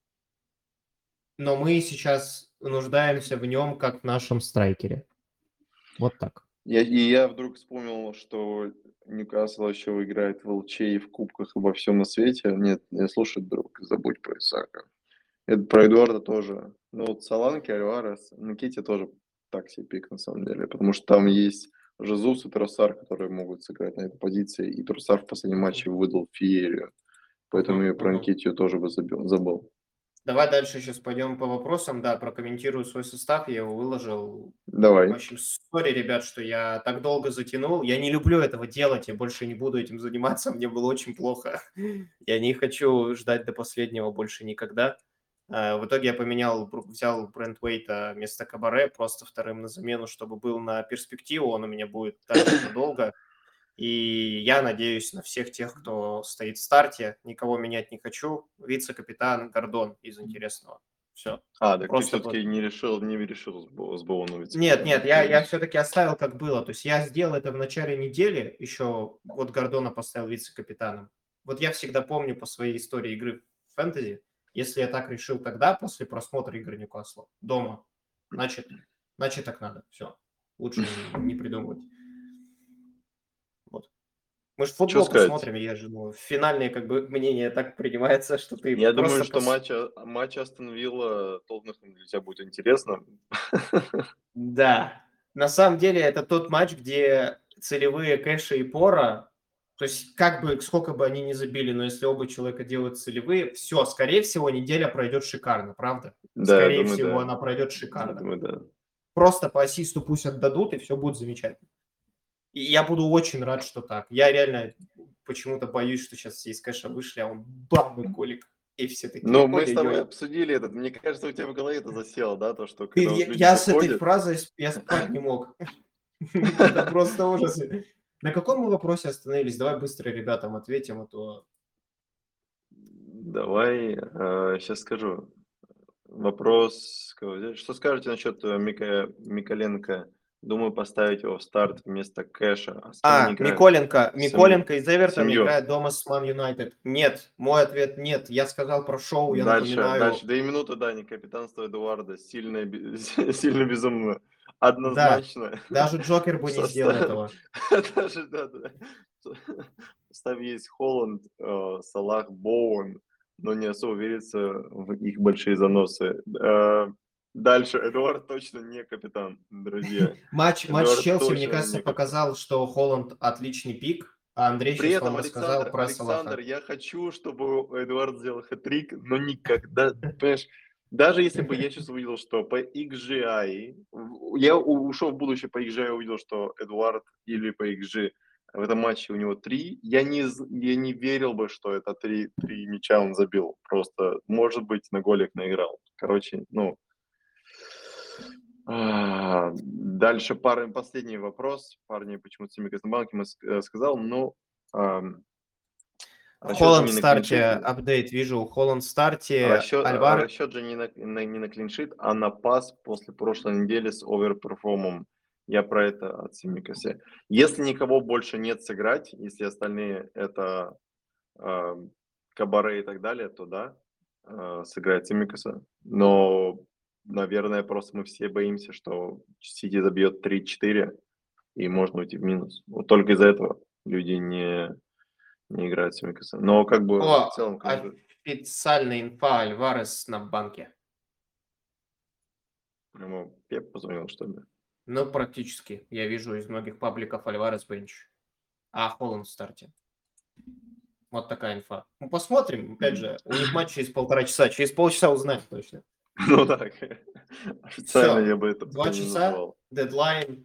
но мы сейчас нуждаемся в нем как в нашем страйкере. Вот так. Я вдруг вспомнил, что Ньюкасл еще играет в ЛЧ и в кубках и во всем на свете. Нет, слушай, друг, забудь про Исаака. Это про Эдуарда тоже. Ну, вот Соланки, Альварес, Никите тоже так себе пик, на самом деле. Потому что там есть Жезус и Тросар, которые могут сыграть на этой позиции. И Тросар в последнем Мгм. матче выдал феерию. Поэтому я про Мгм. Никитию тоже бы забыл. Давай дальше сейчас пойдем по вопросам. Да, прокомментирую свой состав. Я его выложил. В Давай. общем, сори, ребят, что я так долго затянул. Я не люблю этого делать, я больше не буду этим заниматься. Мне было очень плохо. Я не хочу ждать до последнего больше никогда. В итоге я взял Брент Уэйта вместо Кабаре, просто вторым на замену, чтобы был на перспективу. Он у меня будет дальше надолго. И я надеюсь на всех тех, кто стоит в старте. Никого менять не хочу. Вице-капитан Гордон из интересного. Все. Так ты Просто все-таки не решил с Боуну нет, вице-капитана нет, я перевести. все-таки оставил как было. То есть я сделал это в начале недели, еще вот Гордона поставил вице-капитаном. Вот я всегда помню по своей истории игры в фэнтези, если я так решил тогда, после просмотра игры Ньюкасла, дома, значит, значит так надо. Все. Лучше не придумывать. Вот. Мы же Что футбол-то сказать? смотрим, я же, финальные как бы мнения так принимается, что ты Я думаю, просто что матч Астон Вилла Тоттенхэм для тебя будет интересным. Да. На самом деле это тот матч, где целевые Кэша и Пора, то есть как бы, сколько бы они ни забили, но если оба человека делают целевые, все, скорее всего, неделя пройдет шикарно, правда? Да, я Скорее думаю, всего, да. она пройдет Я шикарно. думаю, да. Просто по ассисту пусть отдадут, и все будет замечательно. И я буду очень рад, что так. Я реально почему-то боюсь, что сейчас все из Кэша вышли, а он бам, и голик. И все Ну, такие, мы с тобой ой-ой-ой. обсудили этот. Мне кажется, у тебя в голове это засело, да, то, что когда вот люди Я с этой заходят. фразой я спать не мог. Это просто ужас. На каком мы вопросе остановились? Давай быстро ребятам ответим, а то... Давай, сейчас скажу. Вопрос, кого взять? Что скажете насчет Миколенко? Думаю, поставить его в старт вместо Кэша. А с кем они играют? Миколенко из Эвертона Семью. играет дома с Ман Юнайтед. Нет, мой ответ нет. Я сказал про шоу, я Дальше. напоминаю. 2 минуты, да, не капитанство Эдуарда. Сильно, сильно безумно. Да, Однозначно. даже Джокер В бы не сделал состав. этого. Даже, да. В составе есть Холланд, Салах, Боуэн, но не особо верится в их большие заносы. Дальше. Эдуард точно не капитан, друзья. Матч с Эдуард Челси, мне точно кажется, не капитан. показал, что Холланд отличный пик, а Андрей При сейчас этом, вам рассказал про Александр, Салаха. я хочу, чтобы Эдуард сделал хэт-трик, но никогда, понимаешь, даже если бы я сейчас увидел, что по XGI, я ушел в будущее по XGI, увидел, что Эдуард или по XG в этом матче у него 3, я не верил бы, что это три мяча он забил. Просто, может быть, на голик наиграл. Короче, ну, дальше последний вопрос. Парни, почему-то Семи Красноbanки сказал, ну, ам, расчет же Холланд не в на старте, клиншит. апдейт вижу. Холланд в старте, Альвар... Расчет же не на клиншит, а на пас после прошлой недели с оверперформом. Я про это от Семикасе. Если никого больше нет сыграть, если остальные это э, Кабаре и так далее, то да, сыграет Семикаса. Но, наверное, просто мы все боимся, что Сити забьет 3-4 и можно уйти в минус. Вот только из-за этого люди не играют Семикаса. Но как бы в О, целом, конечно, официальная инфа, Альварес на банке. ему Пеп позвонил, что ли? Ну, практически. Я вижу из многих пабликов Альварес бенч. А Холланд в старте. Вот такая инфа. Ну, посмотрим. Опять же, у них матч через 1,5 часа. Через полчаса узнаем точно. Ну так, официально я Все. бы это пока Два не часа. называл. Дедлайн.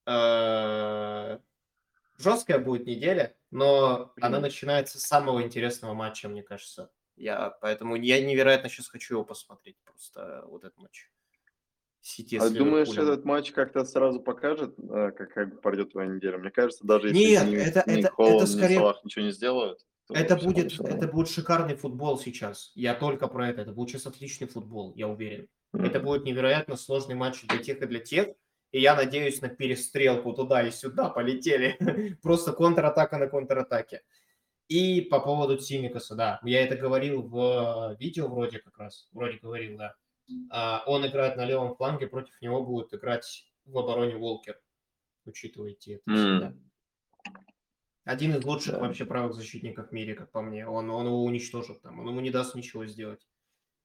Жесткая будет неделя, но она Блин, начинается с самого интересного матча, мне кажется. Поэтому я невероятно сейчас хочу его посмотреть. Просто вот этот матч. Сити а с думаешь, Ливерпулем. этот матч как-то сразу покажет, как пройдет твоя неделя? Мне кажется, даже если Нет, ни это Холланд, ни скорее Салах ничего не сделают, то все будет это нормально. будет шикарный футбол сейчас. Я только про это. Это будет сейчас отличный футбол, я уверен. Это Мгм. будет невероятно сложный матч для тех и для тех. И я надеюсь на перестрелку туда и сюда полетели. Просто контратака на контратаке. И по поводу Цимикаса, да. Я это говорил в видео вроде как раз. Вроде говорил, да. Он играет на левом фланге, против него будет играть в обороне Волкер. Учитывайте это всегда. М, Один из лучших Да. вообще правых защитников в мире, как по мне. Он его уничтожит там, он ему не даст ничего сделать.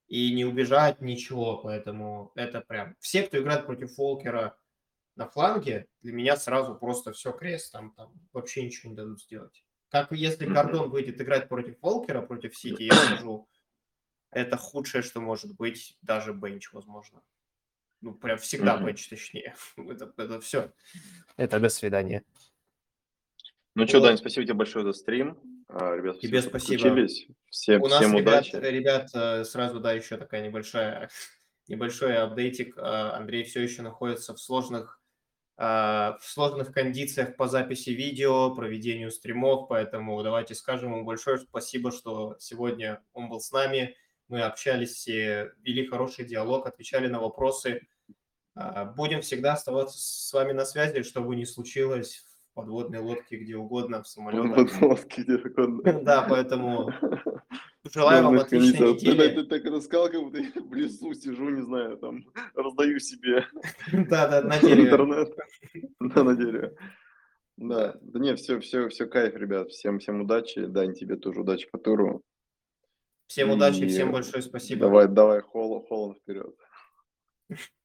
и не убежать, ничего. Поэтому это прям... Все, кто играет против Волкера на фланге, для меня сразу просто все крест, там вообще ничего не дадут сделать. Как если Гордон выйдет играть против Волкера, против Сити, я скажу, это худшее, что может быть, даже бенч, возможно. Ну, прям всегда бенч, точнее. Это все. Это до свидания. Ну что, Дань, спасибо тебе большое за стрим. Ребята, Тебе спасибо, что спасибо. подключились. У нас, Всем удачи. ребят, сразу, да, еще такая небольшой апдейтик. Андрей все еще находится в сложных кондициях по записи видео, проведению стримов, поэтому давайте скажем ему большое спасибо, что сегодня он был с нами, мы общались, вели хороший диалог, отвечали на вопросы. Будем всегда оставаться с вами на связи, что бы ни случилось, в подводной лодке, где угодно, в самолетах. Подводки, где угодно. Да, поэтому желаю вам отличной недели. Ты так рассказал, как будто я в лесу сижу, не знаю, там, раздаю себе Да, на дереве. интернет. Да, на дереве. Да, не, все кайф, ребят, всем удачи, Дань, тебе тоже удачи по туру. Всем удачи, всем большое спасибо. Давай, Холланд вперед.